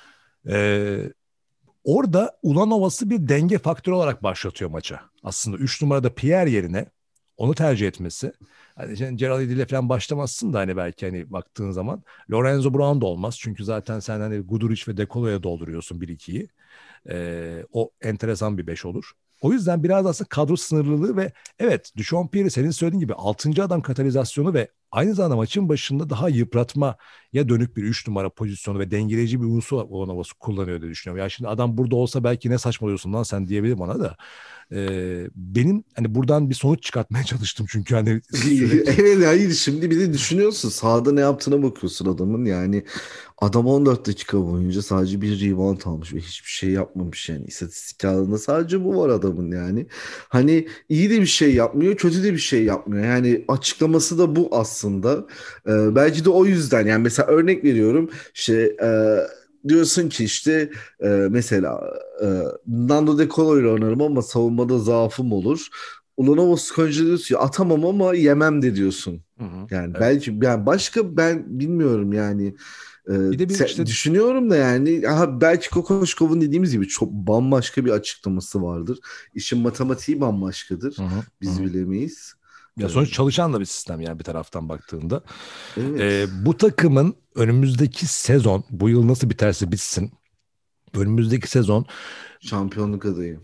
Ee, orada Ulanovas'ı bir denge faktörü olarak başlatıyor maça. Aslında üç numarada Pierre yerine onu tercih etmesi. Hani sen Gerald ile falan başlamazsın da hani belki hani baktığın zaman Lorenzo Brown da olmaz. Çünkü zaten sen hani Guduric ve De Colo'ya dolduruyorsun bir ikiyi. Ee, o enteresan bir beş olur. O yüzden biraz aslında kadro sınırlılığı ve evet Duchampierre senin söylediğin gibi altıncı adam katalizasyonu ve aynı zamanda maçın başında daha yıpratmaya dönük bir üç numara pozisyonu ve dengeleyici bir unsur olan havası kullanıyor diye düşünüyorum. Ya şimdi adam burada olsa belki ne saçmalıyorsun lan sen diyebilir bana da. Ee, benim hani buradan bir sonuç çıkartmaya çalıştım çünkü hani sürekli Evet, hayır, şimdi bir de düşünüyorsun sahada ne yaptığına bakıyorsun adamın yani. Adam on dört dakika boyunca sadece bir rebound almış ve hiçbir şey yapmamış yani. İstatistik kağıdında sadece bu var adamın yani. Hani iyi de bir şey yapmıyor, kötü de bir şey yapmıyor. Yani açıklaması da bu aslında. Ee, belki de o yüzden yani mesela örnek veriyorum işte, e, diyorsun ki işte, e, mesela e, Nando De Colo ile oynarım ama savunmada zaafım olur. Ulanovas Konca diyorsun ki atamam ama yemem de diyorsun. Hı hı. Yani Evet. belki yani başka ben bilmiyorum yani. Ee, Bir de bir se- işte düşünüyorum da yani aha, belki Kokoşkov'un dediğimiz gibi çok bambaşka bir açıklaması vardır. İşin matematiği bambaşkadır. hı hı, hı Biz hı. bilemeyiz. Ee, Ya sonuç çalışan da bir sistem yani bir taraftan baktığında. Ee, evet. bu takımın önümüzdeki sezon bu yıl nasıl biterse bitsin. Önümüzdeki sezon Şampiyonluk adayı.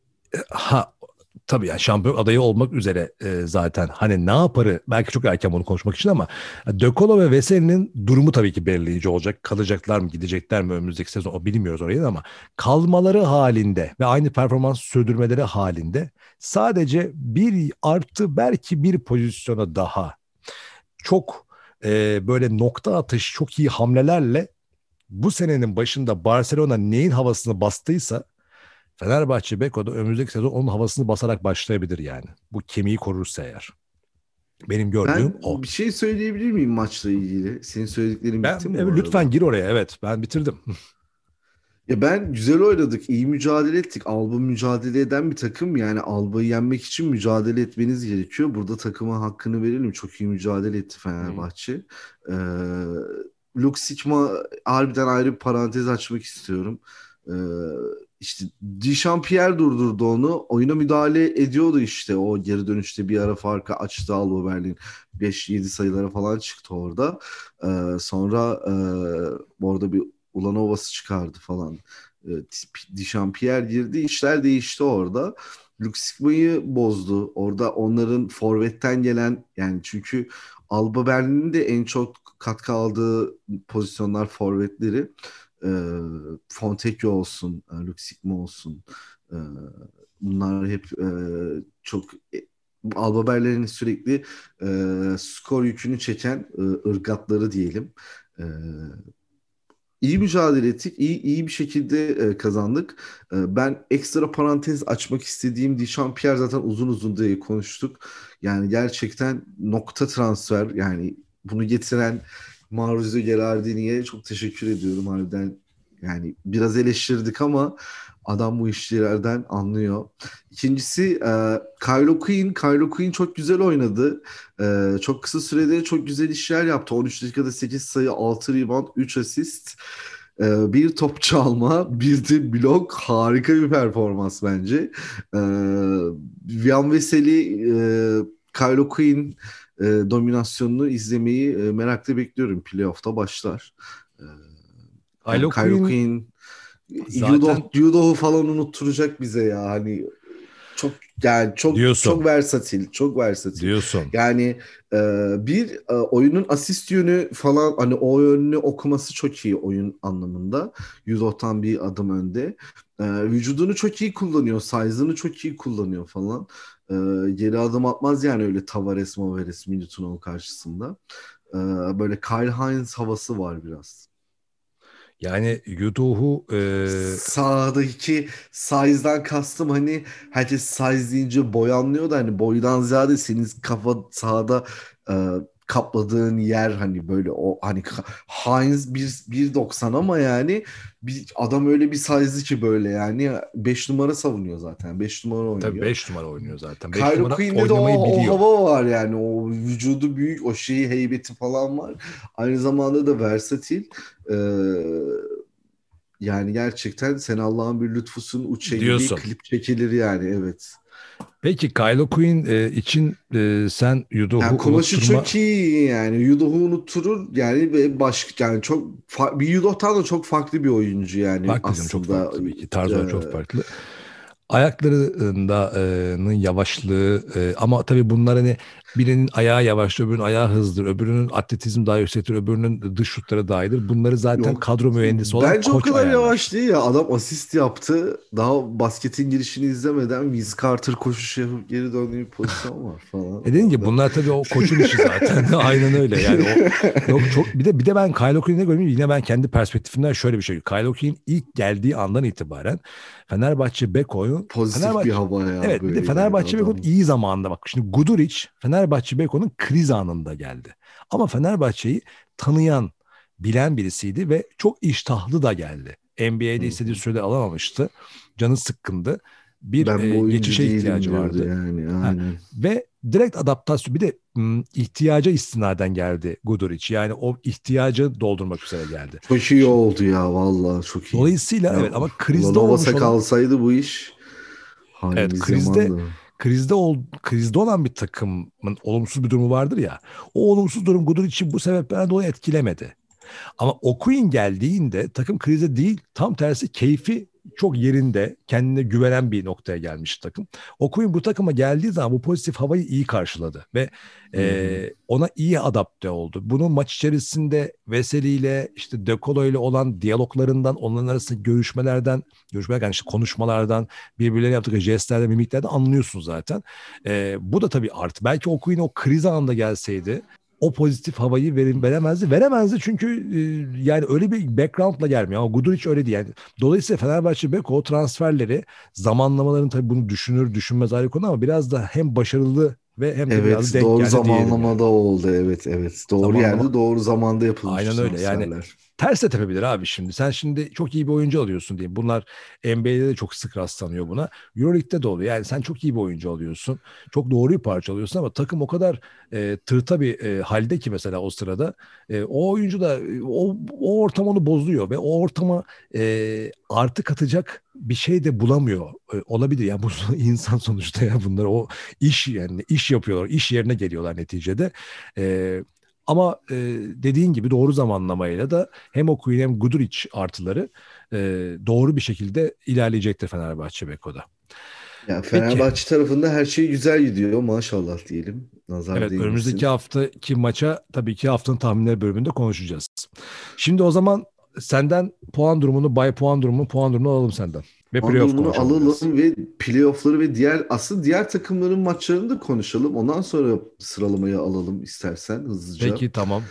ha tabii yani şampiyon adayı olmak üzere e, zaten hani ne yaparı belki çok erken bunu konuşmak için ama De Colo ve Veseli'nin durumu tabii ki belirleyici olacak. Kalacaklar mı gidecekler mi önümüzdeki sezon o bilmiyoruz orayı da ama kalmaları halinde ve aynı performans sürdürmeleri halinde sadece bir artı belki bir pozisyona daha çok e, böyle nokta atış çok iyi hamlelerle bu senenin başında Barcelona neyin havasını bastıysa Fenerbahçe Beko da önümüzdeki sezon onun havasını basarak başlayabilir yani. Bu kemiği korursa eğer. Benim gördüğüm Ben o. bir şey söyleyebilir miyim maçla ilgili? Senin söylediklerin Ben bitti mi bu evet, lütfen arada? gir oraya. Evet, ben bitirdim. Ya ben güzel oynadık, iyi mücadele ettik. Alba mücadele eden bir takım. Yani Alba'yı yenmek için mücadele etmeniz gerekiyor. Burada takıma hakkını verelim. Çok iyi mücadele etti Hı. Fenerbahçe. Ee, Lux Sikma harbiden ayrı bir parantez açmak istiyorum. Ee, işte Dişampierre durdurdu onu. Oyuna müdahale ediyordu işte. O geri dönüşte bir ara farkı açtı Alba Berlin. beş yedi sayılara falan çıktı orada. Ee, sonra e, orada bir Ulan Ovası çıkardı falan. E, Dişampierre girdi. İşler değişti orada. Luksikma'yı bozdu. Orada onların forvetten gelen yani çünkü Alba Berlin'in de en çok katkı aldığı pozisyonlar forvetleri. E, Fontecchio olsun, e, Luksikma olsun. E, bunlar hep e, çok e, Alba Berlin'in sürekli e, skor yükünü çeken e, ırgatları diyelim. E, İyi mücadele ettik. İyi, iyi bir şekilde e, kazandık. E, ben ekstra parantez açmak istediğim Dişampierre zaten uzun uzun diye konuştuk. Yani gerçekten nokta transfer. Yani bunu getiren Maurizio Gerardini'ye çok teşekkür ediyorum harbiden. Yani biraz eleştirdik ama adam bu işlerden anlıyor. İkincisi e, Kylo Quinn. Kylo Quinn çok güzel oynadı. E, çok kısa sürede çok güzel işler yaptı. on üç dakikada sekiz sayı, altı rebound, üç asist. E, bir top çalma, bir de blok. Harika bir performans bence. E, Van Veseli, e, Kylo Quinn e, dominasyonunu izlemeyi e, merakla bekliyorum. Playoff'ta başlar. E, yani Kylo Kylo Quinn Quinn zaten Judo, judo'u falan unutturacak bize ya hani çok yani çok diyorsun. çok versatil, çok versatil. Diyorsun. Yani e, bir e, oyunun asist yönü falan hani o yönünü okuması çok iyi oyun anlamında. Judo'dan bir adım önde. E, vücudunu çok iyi kullanıyor, size'ını çok iyi kullanıyor falan. E, geri adım atmaz yani öyle Tavares, Mavares, Milito'nun karşısında. E, böyle Kyle Hines havası var biraz. Yani Yudoh'u e, Sağdaki size'dan kastım hani herkes size deyince boy anlıyor da hani boydan ziyade senin kafa sahada e, kapladığın yer hani böyle o hani ka- Heinz bir bir doksan ama yani bir adam öyle bir size'lı ki böyle yani beş numara savunuyor zaten beş numara tabii oynuyor. beş numara oynuyor zaten. Beş Kylo numara Quinn'de de o, oynamayı o biliyor. hava var yani o vücudu büyük o şeyi heybeti falan var. Aynı zamanda da versatil. Ee, yani gerçekten sen Allah'ın bir lütfusun uç bir Diyorsun. klip çekilir yani evet. Peki Kylo Quinn e, için e, sen Yani Yudoh'u kumaşı unutturma çok iyi yani Yudoh'u unutturur yani ve başka yani çok fa- bir Yudoh'tan da çok farklı bir oyuncu yani farklı canım, çok aslında. farklı tabii ki. Tarz olarak çok Ee, farklı. Ayaklarının yavaşlığı e, ama tabii bunlar hani birinin ayağı yavaş, öbürünün ayağı hızlıdır, öbürünün atletizm daha yüksektir, öbürünün dış şutları daha iyidir. Bunları zaten Yok. kadro mühendisi olan Bence o koç kadar ayarlar. yavaş değil ya. Adam asist yaptı. Daha basketin girişini izlemeden Vince Carter koşuş yapıp geri döndüğü bir pozisyon var falan E dediğim gibi orada. bunlar tabii o koçun işi zaten. Aynen öyle. Yani o yok çok bir de bir de ben Kylo Quinn'e göre yine ben kendi perspektifimden şöyle bir şey. Kylo Quinn ilk geldiği andan itibaren Fenerbahçe Beko'yu Pozitif bir Fenerbahçe hava ya evet bir de böyle yani Fenerbahçe Beko'nun adam. iyi zamanında bak. Şimdi Guduric Fenerbahçe Beko'nun kriz anında geldi. Ama Fenerbahçe'yi tanıyan, bilen birisiydi ve çok iştahlı da geldi. N B A'de Hı istediği hı. sürede alamamıştı. Canı sıkkındı. Bir Ben bu e, oyuncu geçişe değilim ihtiyacı diyordu vardı. yani Ha, aynen. ve direkt adaptasyon bir de m, ihtiyaca istinaden geldi Guduric. Yani o ihtiyacı doldurmak üzere geldi. Çok iyi Şimdi, oldu ya vallahi çok iyi. dolayısıyla Ya evet ama ulan krizde olmuş Ovas'a olan kalsaydı bu iş evet halimiz krizde yamandı. krizde ol, krizde olan bir takımın olumsuz bir durumu vardır ya. O olumsuz durum Guduric'i bu sebeplerden dolayı etkilemedi. Ama Okuyun geldiğinde takım krize değil tam tersi keyfi çok yerinde kendine güvenen bir noktaya gelmiş takım. Okuyun bu takıma geldiği zaman bu pozitif havayı iyi karşıladı ve Hı hı. e, ona iyi adapte oldu. Bunu maç içerisinde Veseli ile işte De Colo ile olan diyaloglarından, onların arasında görüşmelerden, görüşmelerden işte konuşmalardan, birbirlerine yaptıkları jestlerden, mimiklerden anlıyorsun zaten. E, bu da tabii artı. Belki Okuyun o kriz anında gelseydi o pozitif havayı verin, veremezdi. Veremezdi çünkü e, yani öyle bir background'la gelmiyor. Ama Guduric öyle değil. Yani, dolayısıyla Fenerbahçe Beko o transferleri zamanlamalarını tabii bunu düşünür düşünmez ayrı konu ama biraz da hem başarılı ve hem de biraz Evet, denk doğru geldi diyelim yani. zamanlamada oldu. Evet, evet. Doğru Zamanlama yerde, doğru zamanda yapılmış aynen öyle. Yani transferler. ters de tepebilir abi şimdi. Sen şimdi çok iyi bir oyuncu alıyorsun diye. Bunlar N B A'de de çok sık rastlanıyor buna. Euroleague'de de oluyor. Yani sen çok iyi bir oyuncu alıyorsun. Çok doğru bir parça alıyorsun ama takım o kadar e, tırta bir e, halde ki mesela o sırada. E, o oyuncu da e, o, o ortam onu bozuyor ve o ortama e, artı katacak bir şey de bulamıyor. E, olabilir. Yani bu insan sonuçta ya bunlar o iş yani iş yapıyorlar. İş yerine geliyorlar neticede. E, Ama e, dediğin gibi doğru zamanlamayla da hem Okuyun hem Guduric artıları e, doğru bir şekilde ilerleyecektir Fenerbahçe Beko'da. Ya Peki, Fenerbahçe tarafında her şey güzel gidiyor maşallah diyelim. Nazar evet önümüzdeki değmesin. haftaki maça tabii ki haftanın tahminleri bölümünde konuşacağız. Şimdi o zaman senden puan durumunu, bay puan durumunu, puan durumunu alalım senden. Ve Puan playoff durumunu konuşalım alalım biraz. ve playoff'ları ve diğer aslında diğer takımların maçlarını da konuşalım. Ondan sonra sıralamayı alalım istersen hızlıca. Peki tamam.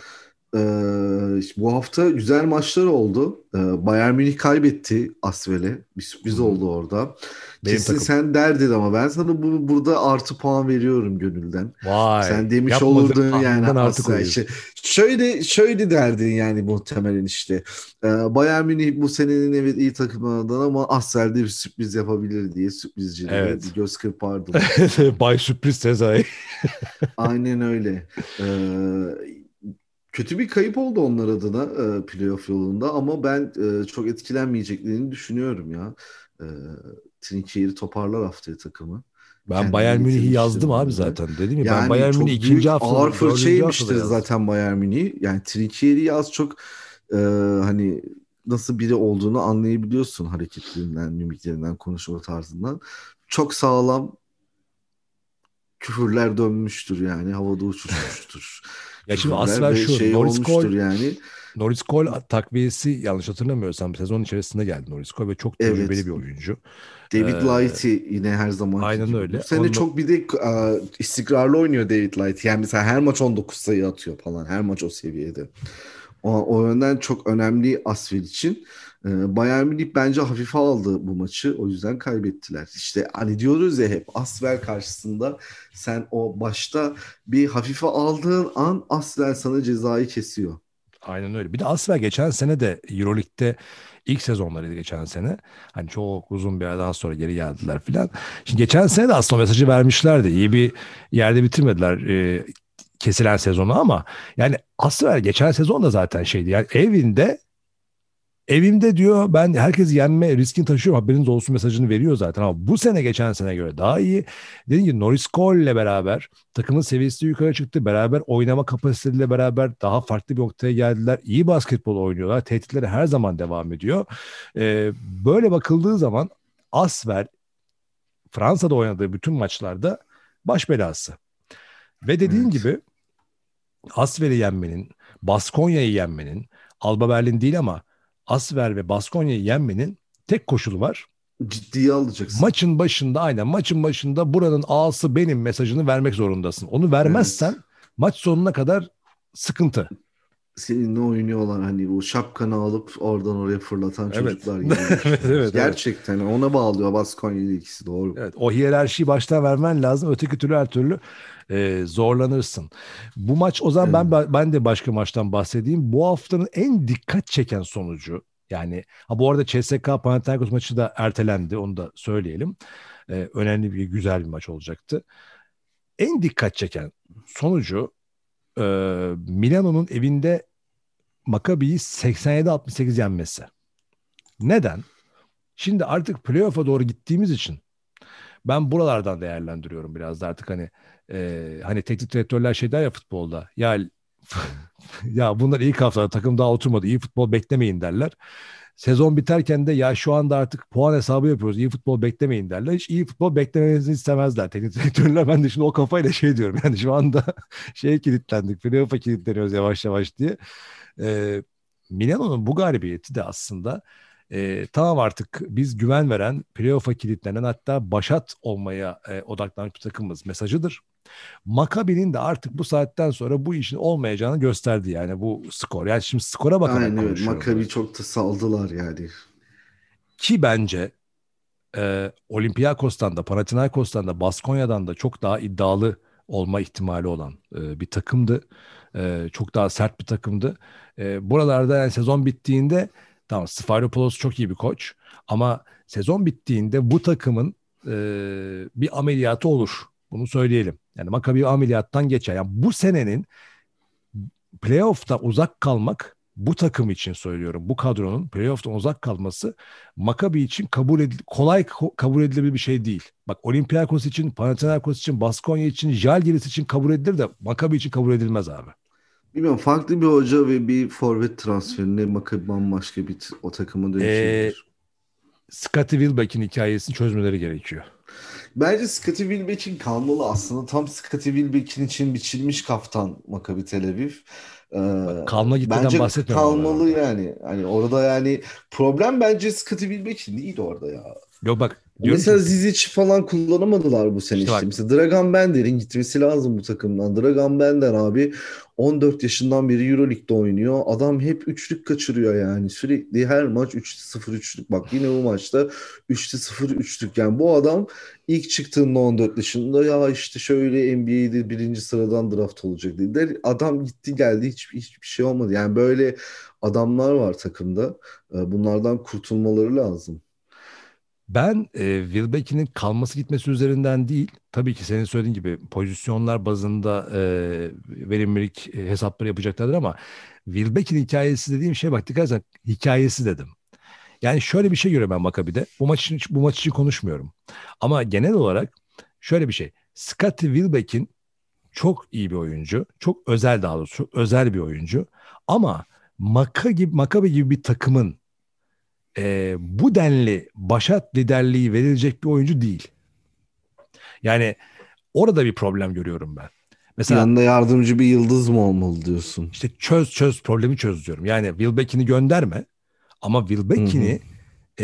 Ee, işte bu hafta güzel maçlar oldu. Ee, Bayern Münih kaybetti Asvel'e. Bir Hı sürpriz hı. oldu orada. Benim Kesin takım. sen derdin ama ben sana bu, burada artı puan veriyorum gönülden. Sen Vay. demiş Yapmadığım olurdun yani tahminden artı Asvel. İşte koyuyorsun. şöyle şöyle derdin yani muhtemelen işte. Ee, Bayern Münih bu senenin evet iyi takımlarından ama Asvel'de bir sürpriz yapabilir diye sürprizcilere bir Evet. göz kırpardım aslında. Bay sürpriz Sezai. Aynen öyle. Ee, kötü bir kayıp oldu onlar adına e, playoff yolunda ama ben e, çok etkilenmeyeceklerini düşünüyorum ya. E, Trinkieri toparlar haftaya takımı. Ben Kendine Bayern Münih'i getirmiştir yazdım abi onları. zaten. Dedim ya ben Yani Bayern Münih çok ikinci büyük haftada, ağır fırça dördüncü haftada yemiştir yazdım. zaten Bayern Münih. Yani Trinkieri'yi az çok e, hani nasıl biri olduğunu anlayabiliyorsun hareketlerinden, mimiklerinden, konuşma tarzından. Çok sağlam küfürler dönmüştür yani havada uçuşmuştur Ya şimdi küfürler Asfer ve şu şey Norris Cole olmuştur yani. Norris Cole takviyesi yanlış hatırlamıyorsam sezon içerisinde geldi Norris Cole ve çok Evet, tecrübeli bir oyuncu. David Ee, Lighty yine her zamanki aynen gibi. Bu öyle. sene Onunla, çok bir de e, istikrarlı oynuyor David Lighty. Yani mesela her maç on dokuz sayı atıyor falan. Her maç o seviyede. O, o yönden çok önemli Asvel için. E, Bayern Münih bence hafife aldı bu maçı. O yüzden kaybettiler. İşte hani diyoruz ya hep Asvel karşısında sen o başta bir hafife aldığın an Asvel sana cezayı kesiyor. aynen öyle. Bir de Asfer geçen sene de Euroleague'de ilk sezonlarıydı geçen sene. Hani çok uzun bir aradan sonra geri geldiler filan. Şimdi geçen sene de aslında mesajı vermişlerdi. İyi bir yerde bitirmediler e, kesilen sezonu ama yani Asfer geçen sezon da zaten şeydi. Yani evinde Evimde diyor ben herkes yenme riskini taşıyorum haberiniz olsun mesajını veriyor zaten ama bu sene geçen sene göre daha iyi. Dediğim gibi Norris Cole ile beraber takımın seviyesi yukarı çıktı. Beraber oynama kapasiteleriyle beraber daha farklı bir noktaya geldiler. İyi basketbol oynuyorlar. Tehditleri her zaman devam ediyor. Ee, böyle bakıldığı zaman Asver Fransa'da oynadığı bütün maçlarda baş belası. Ve dediğin Evet. gibi Asver'i yenmenin, Baskonya'yı yenmenin, Alba Berlin değil ama Asver ve Baskonya'yı yenmenin tek koşulu var. Ciddiye alacaksın. Maçın başında aynen maçın başında buranın ağası benim mesajını vermek zorundasın. Onu Evet. vermezsen maç sonuna kadar sıkıntı. Seninle oynuyorlar hani bu şapkanı alıp oradan oraya fırlatan Evet. çocuklar gibi Evet, düşün. evet, evet. Gerçekten ona bağlıyor Baskonya ile ikisi doğru. Evet, o hiyerarşiyi baştan vermen lazım. Öteki türlü her türlü e, zorlanırsın. Bu maç o zaman Evet. ben ben de başka maçtan bahsedeyim. Bu haftanın en dikkat çeken sonucu yani ha bu arada C S K A Panathinaikos maçı da ertelendi onu da söyleyelim. E, önemli bir güzel bir maç olacaktı. En dikkat çeken sonucu e, Milano'nun evinde Maccabi'yi seksen yedi altmış sekiz yenmesi. Neden? Şimdi artık playoff'a doğru gittiğimiz için ben buralardan değerlendiriyorum biraz da artık hani e, hani teknik direktörler şey der ya futbolda ya ya bunlar ilk haftada takım daha oturmadı iyi futbol beklemeyin derler. Sezon biterken de ya şu anda artık puan hesabı yapıyoruz iyi futbol beklemeyin derler. Hiç iyi futbol beklemenizi istemezler teknik direktörler. Ben de şimdi o kafayla şey diyorum yani şu anda şeye kilitlendik playoff'a kilitleniyoruz yavaş yavaş diye. E, Milano'nun bu galibiyeti de aslında e, tamam artık biz güven veren, playoff'a kilitlenen hatta başat olmaya e, odaklanmış bir takımız mesajıdır. Maccabi'nin de artık bu saatten sonra bu işin olmayacağını gösterdi yani bu skor. Yani şimdi skora bakarak Aynen evet. konuşuyorum Maccabi biraz. çok da saldılar yani. Ki bence e, Olympiakos'tan da Panathinaikos'tan da Baskonya'dan da çok daha iddialı olma ihtimali olan e, bir takımdı. E, çok daha sert bir takımdı. E, buralarda yani sezon bittiğinde tamam Sfairopoulos çok iyi bir koç ama sezon bittiğinde bu takımın e, bir ameliyatı olur. Bunu söyleyelim. Yani Maccabi ameliyattan geçer. Yani bu senenin playoff'ta uzak kalmak bu takım için söylüyorum. Bu kadronun playoff'tan uzak kalması Maccabi için kabul edil kolay ko- kabul edilebilir bir şey değil. Bak Olympiakos için, Panathinaikos için, Baskonya için, Žalgiris için kabul edilir de Maccabi için kabul edilmez abi. Bilmiyorum, farklı bir hoca ve bir forvet transferine Maccabi bambaşka bir t- o takıma Ee, dönüşebilir. Scottie Wilbeck'in hikayesini çözmeleri gerekiyor. Bence Scottie Wilbeck'in kalmalı, aslında tam Scottie Wilbeck'in için biçilmiş kaftan Maccabi Tel Aviv. Ee, Bak, kalma gitmeden bence bahsetmiyorum ama ben kalmalı orada. yani. Hani orada yani problem bence Scottie Wilbeck'in değil orada ya. Yok bak diyorum Mesela ki Zizic falan kullanamadılar bu sene işte işte. bak Mesela Dragan Bender'in gitmesi lazım bu takımdan. Dragan Bender abi on dört yaşından beri Euroleague'de oynuyor. Adam hep üçlük kaçırıyor yani. Sürekli her maç üçte sıfır üçlük. Bak yine bu maçta üçte sıfır üçlük. Yani bu adam ilk çıktığında on dört yaşında ya işte şöyle N B A'de birinci sıradan draft olacak dediler. Adam gitti geldi, hiç, hiçbir şey olmadı. Yani böyle adamlar var takımda. Ee, Bunlardan kurtulmaları lazım. ben e, Wilbeck'in kalması gitmesi üzerinden değil, tabii ki senin söylediğin gibi pozisyonlar bazında e, verimlilik e, hesapları yapacaklardır ama Wilbeck'in hikayesi dediğim şey bak dikkat edersen hikayesi dedim. Yani şöyle bir şey görüyorum ben Maccabi'de. Bu maç için, bu maç için konuşmuyorum. Ama genel olarak şöyle bir şey. Scottie Wilbeck'in çok iyi bir oyuncu. Çok özel daha doğrusu çok özel bir oyuncu. Ama Maccabi gibi, Maccabi gibi bir takımın e, bu denli başat liderliği verilecek bir oyuncu değil. Yani orada bir problem görüyorum ben. Mesela Yanında yardımcı bir yıldız mı olmalı diyorsun? işte çöz çöz problemi çöz diyorum. Yani Wilbeck'ini gönderme ama Hı hı. Wilbeck'ini e,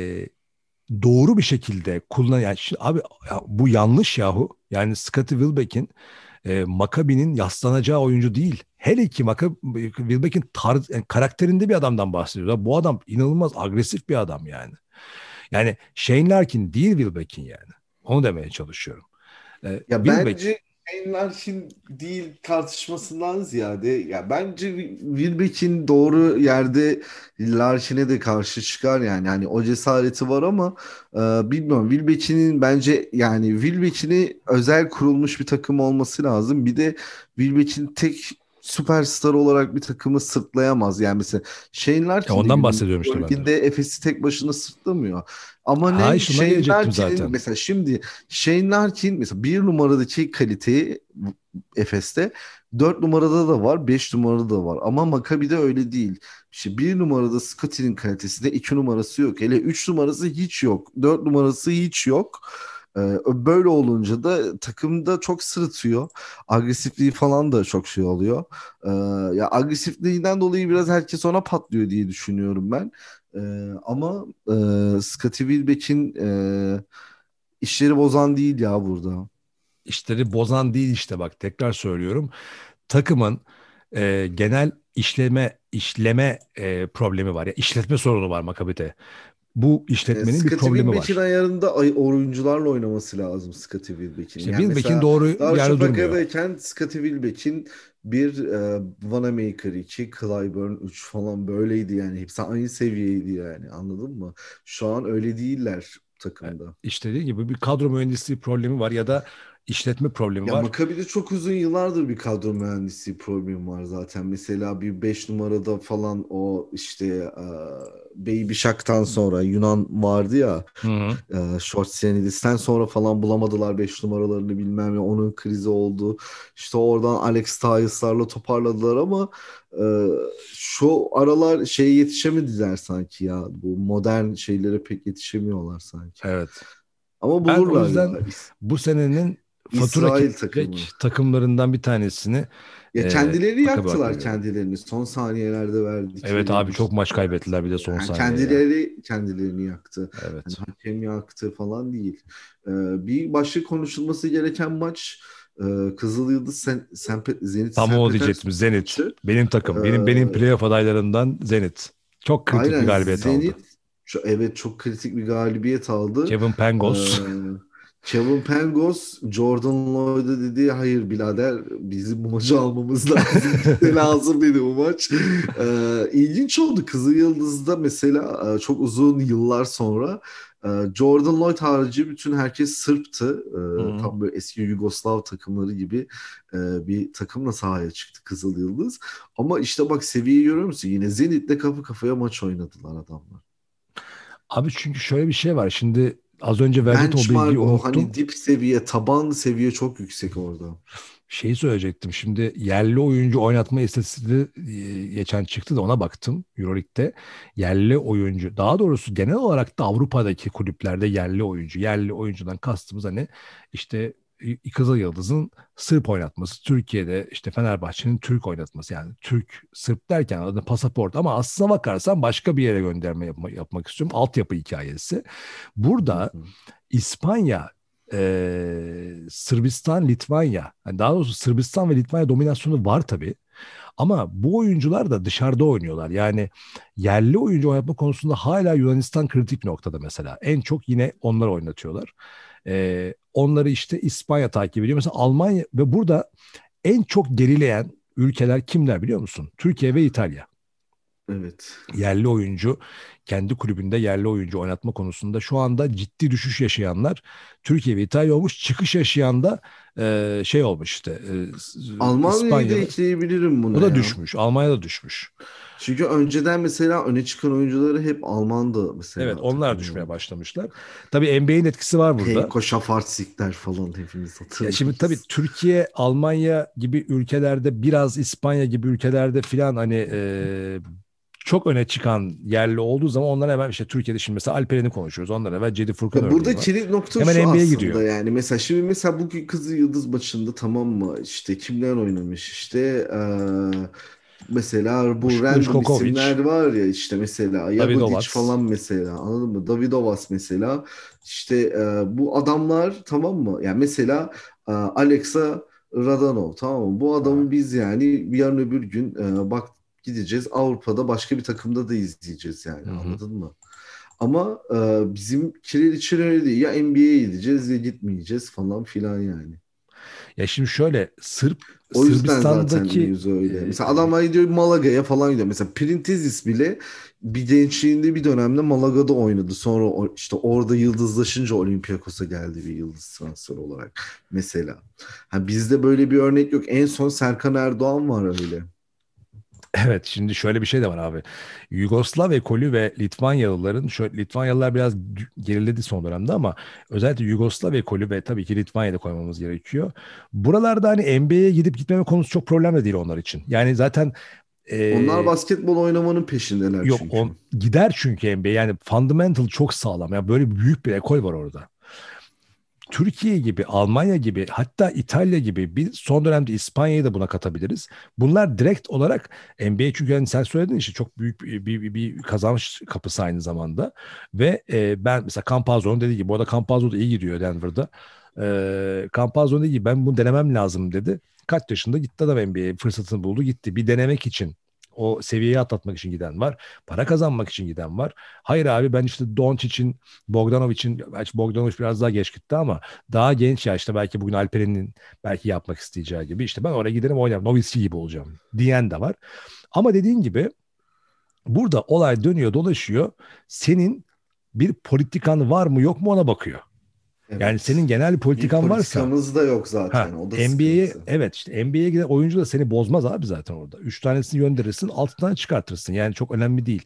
doğru bir şekilde kullan. Yani şimdi abi ya bu yanlış yahu. Yani Scottie Wilbeck'in e, Maccabi'nin yaslanacağı oyuncu değil. Hele ki Maccabi, Wilbeck'in tarz, yani karakterinde bir adamdan bahsediyoruz. Bu adam inanılmaz agresif bir adam yani. Yani Shane Larkin değil Wilbeck'in yani. Onu demeye çalışıyorum. E, Ya Wilbeck bence Shane Larkin değil tartışmasından ziyade, ya bence Wilbeck'in doğru yerde Larkin'e de karşı çıkar yani. Hani o cesareti var ama e, bilmiyorum, Wilbeck'in bence yani Wilbeck'ini özel kurulmuş bir takım olması lazım. Bir de Wilbeck'in tek süperstar olarak bir takımı sırtlayamaz. Yani mesela Shane e, Larkin de ondan bahsediyorum işte ben de. Euroleague'de Efes'i tek başına sırtlamıyor. Ama Ha ne işte ona Shane gelecektim Larkin'in zaten. mesela şimdi Shane Larkin mesela bir numaradaki kaliteyi Efes'te dört numarada da var, beş numarada da var. Ama Maccabi'de öyle değil. İşte bir numarada Scottie'nin kalitesinde iki numarası yok. Hele üç numarası hiç yok. Dört numarası hiç yok. Ee, Böyle olunca da takımda çok sırıtıyor. Agresifliği falan da çok şey oluyor. Ee, Ya agresifliğinden dolayı biraz herkes ona patlıyor diye düşünüyorum ben. Ee, ama e, Scottie Wilbeck'in e, işleri bozan değil ya burada. İşleri bozan değil işte bak tekrar söylüyorum. Takımın e, genel işleme işleme e, problemi var. Ya işletme sorunu var Maccabi'de. Bu E, işletmenin bir Scottie problemi Wilbeck'in var. ayarında ay, oyuncularla oynaması lazım Scottie Wilbeck'in. İşte Yani Wilbeck'in mesela doğru yerde durmuyor. Darüşşafaka'dayken Scottie Wilbeck'in bir e, Wanamaker iki, Clyburn üç falan böyleydi yani. Hepsi aynı seviyeydi yani, anladın mı? Şu an öyle değiller E, takımda. İşte dediğim gibi bir kadro mühendisliği problemi var ya da işletme problemi Ya var. Maccabi'de çok uzun yıllardır bir kadro mühendisliği problemi var zaten. Mesela bir beş numarada falan o işte e, Baby Shack'tan sonra Yunan vardı ya, Hı hı. e, Short Siyanidis'ten sonra falan bulamadılar beş numaralarını, bilmem ne, onun krizi oldu. İşte oradan Alex Tyus'larla toparladılar ama e, şu aralar şeye yetişemediler sanki ya. Bu modern şeylere pek yetişemiyorlar sanki. Evet. Ama Ben o bulurlar yüzden ya. İs- bu senenin fatura İsrail takımı. kesecek takımlarından bir tanesini Ya e, kendileri Maccabi olarak yaktılar görüyorum. kendilerini. Son saniyelerde Evet verdikleri abi bir çok maç penaltı. kaybettiler bir de son Yani saniye ya. kendileri kendilerini yaktı. Hani Evet. hakem yaktı falan değil. Ee, bir başka konuşulması gereken maç Ee, Kızıl Yıldız Sen, Sen, Zenit Tam Saint o diyecektim. Petersburg Zenit. maçı. Benim takım. Benim benim Ee, playoff adaylarımdan Zenit. Çok kritik bir aynen galibiyet aldı. Zenit ço- evet çok kritik bir galibiyet aldı. Kevin Ee, Pangos. Kevin Pangos Jordan Lloyd'a dedi hayır birader bizim bu maçı almamız lazım. Bize lazım dedi bu maç. Ee, ilginç oldu. Kızıl Yıldız'da mesela e, çok uzun yıllar sonra e, Jordan Lloyd harici bütün herkes Sırp'tı. Hı E, hı. tam böyle eski Yugoslav takımları gibi e, bir takımla sahaya çıktı Kızıl Yıldız. Ama işte bak seviyeyi görüyor musun? Yine Zenit'le kafa kafaya maç oynadılar adamlar. Abi çünkü şöyle bir şey var. Şimdi az önce verdiğin o bilgiyi Benchmark o unuttum. hani dip seviye, taban seviye çok yüksek orada. Şeyi söyleyecektim. Şimdi yerli oyuncu oynatma istatistiği e, geçen çıktı da ona baktım Euroleague'de. Yerli oyuncu, daha doğrusu genel olarak da Avrupa'daki kulüplerde yerli oyuncu. Yerli oyuncudan kastımız hani işte İ- Kızıl Yıldız'ın Sırp oynatması, Türkiye'de işte Fenerbahçe'nin Türk oynatması. Yani Türk, Sırp derken adı pasaport ama aslına bakarsan başka bir yere gönderme yapma, yapmak istiyorum. Altyapı hikayesi. Hı Burada hı. İspanya, e, Sırbistan, Litvanya. Yani daha doğrusu Sırbistan ve Litvanya dominasyonu var tabii. Ama bu oyuncular da dışarıda oynuyorlar. Yani yerli oyuncu oynatma konusunda hala Yunanistan kritik bir noktada mesela. En çok yine onlar oynatıyorlar. E, onları işte İspanya takip ediyor. Mesela Almanya ve burada en çok gerileyen ülkeler kimler biliyor musun? Türkiye ve İtalya. Evet. Yerli oyuncu, kendi kulübünde yerli oyuncu oynatma konusunda şu anda ciddi düşüş yaşayanlar Türkiye ve İtalya olmuş. Çıkış yaşayan da e, şey olmuş işte e, s- Almanya'yı da İspanya'da. ekleyebilirim O buna da ya. düşmüş. Almanya'da düşmüş. Çünkü önceden mesela öne çıkan oyuncuları hep Almandı Evet, mesela onlar düşmeye takımların. başlamışlar. Tabii N B A'in etkisi var burada. Heiko Schafferzigler falan hepimiz Ya şimdi tabii hatırlarız. Türkiye, Almanya gibi ülkelerde biraz İspanya gibi ülkelerde filan hani e, çok öne çıkan yerli olduğu zaman onlara hemen işte Türkiye'de şimdi mesela Alperen'i konuşuyoruz. Onlara hemen Cedi Furkan Ya burada örneği var. kilit nokta Hemen şu N B A'ye gidiyor. aslında yani mesela şimdi mesela bugün Kızıl Yıldız maçında tamam mı işte kimler oynamış işte eee, mesela bu Uş, random Uškoković, isimler var ya işte mesela Jagodic Davidovac. falan mesela anladın mı? Davidovas mesela işte eee, bu adamlar tamam mı? Yani mesela eee, Alexa Radanov tamam mı? Bu Aha. adamı biz yani bir yarın öbür gün eee, bak gideceğiz Avrupa'da başka bir takımda da izleyeceğiz Hı yani hı. anladın mı? Ama e, bizimkiler için öyle değil. Ya N B A'ye gideceğiz ya gitmeyeceğiz falan filan yani. Ya şimdi şöyle Sırp O yüzden zaten Sırbistan'daki mevzu öyle. e, Mesela adamlar gidiyor Malaga'ya falan gidiyor. Mesela Printezis bile bir gençliğinde bir dönemde Malaga'da oynadı. Sonra o- işte orada yıldızlaşınca Olympiakos'a geldi bir yıldız transferi olarak mesela. Ha, bizde böyle bir örnek yok. En son Serkan Erdoğan var öyle. evet şimdi şöyle bir şey de var abi. Yugoslav ekolü ve Litvanyalıların şöyle Litvanyalılar biraz geriledi son dönemde ama özellikle Yugoslav ekolü ve tabii ki Litvanya'da koymamız gerekiyor. Buralarda hani N B A'ye gidip gitmeme konusu çok problem de değil onlar için. Yani zaten Onlar e, basketbol oynamanın peşindeler yok çünkü. on gider çünkü N B A yani fundamental çok sağlam. Ya böyle büyük bir ekol var orada. Türkiye gibi, Almanya gibi, hatta İtalya gibi bir son dönemde İspanya'yı da buna katabiliriz. Bunlar direkt olarak N B A çünkü hani sen söyledin işte çok büyük bir, bir, bir kazanç kapısı aynı zamanda. Ve e, ben mesela Campazzo'nun dediği gibi, bu arada Campazzo da iyi gidiyor Denver'da. E, Campazzo dediği gibi ben bunu denemem lazım dedi. Kaç yaşında gitti adam N B A fırsatını buldu gitti. Bir denemek için. O seviyeyi atlatmak için giden var. Para kazanmak için giden var. Hayır abi ben işte Doncic'in Bogdanovic'in, belki Bogdanovic biraz daha geç gitti ama daha genç yaşta belki bugün Alperen'in belki yapmak isteyeceği gibi işte ben oraya giderim oynarım. Nowitzki gibi olacağım diyen de var. Ama dediğin gibi burada olay dönüyor dolaşıyor. Senin bir politikan var mı yok mu ona bakıyor. Yani senin Evet. genel bir Bir politikan varsa politikamız da yok ha zaten. O da N B A'ye sıkıntı. evet işte N B A'ye giden oyuncu da seni bozmaz abi zaten orada. Üç tanesini gönderirsin, altı tane çıkartırsın. Yani çok önemli değil.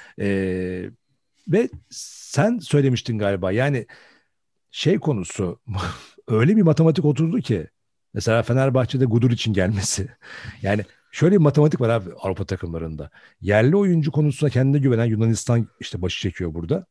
Ee, ve sen söylemiştin galiba yani şey konusu öyle bir matematik oturdu ki mesela Fenerbahçe'de Gudur için gelmesi. Yani şöyle bir matematik var abi Avrupa takımlarında. Yerli oyuncu konusunda kendine güvenen Yunanistan işte başı çekiyor burada.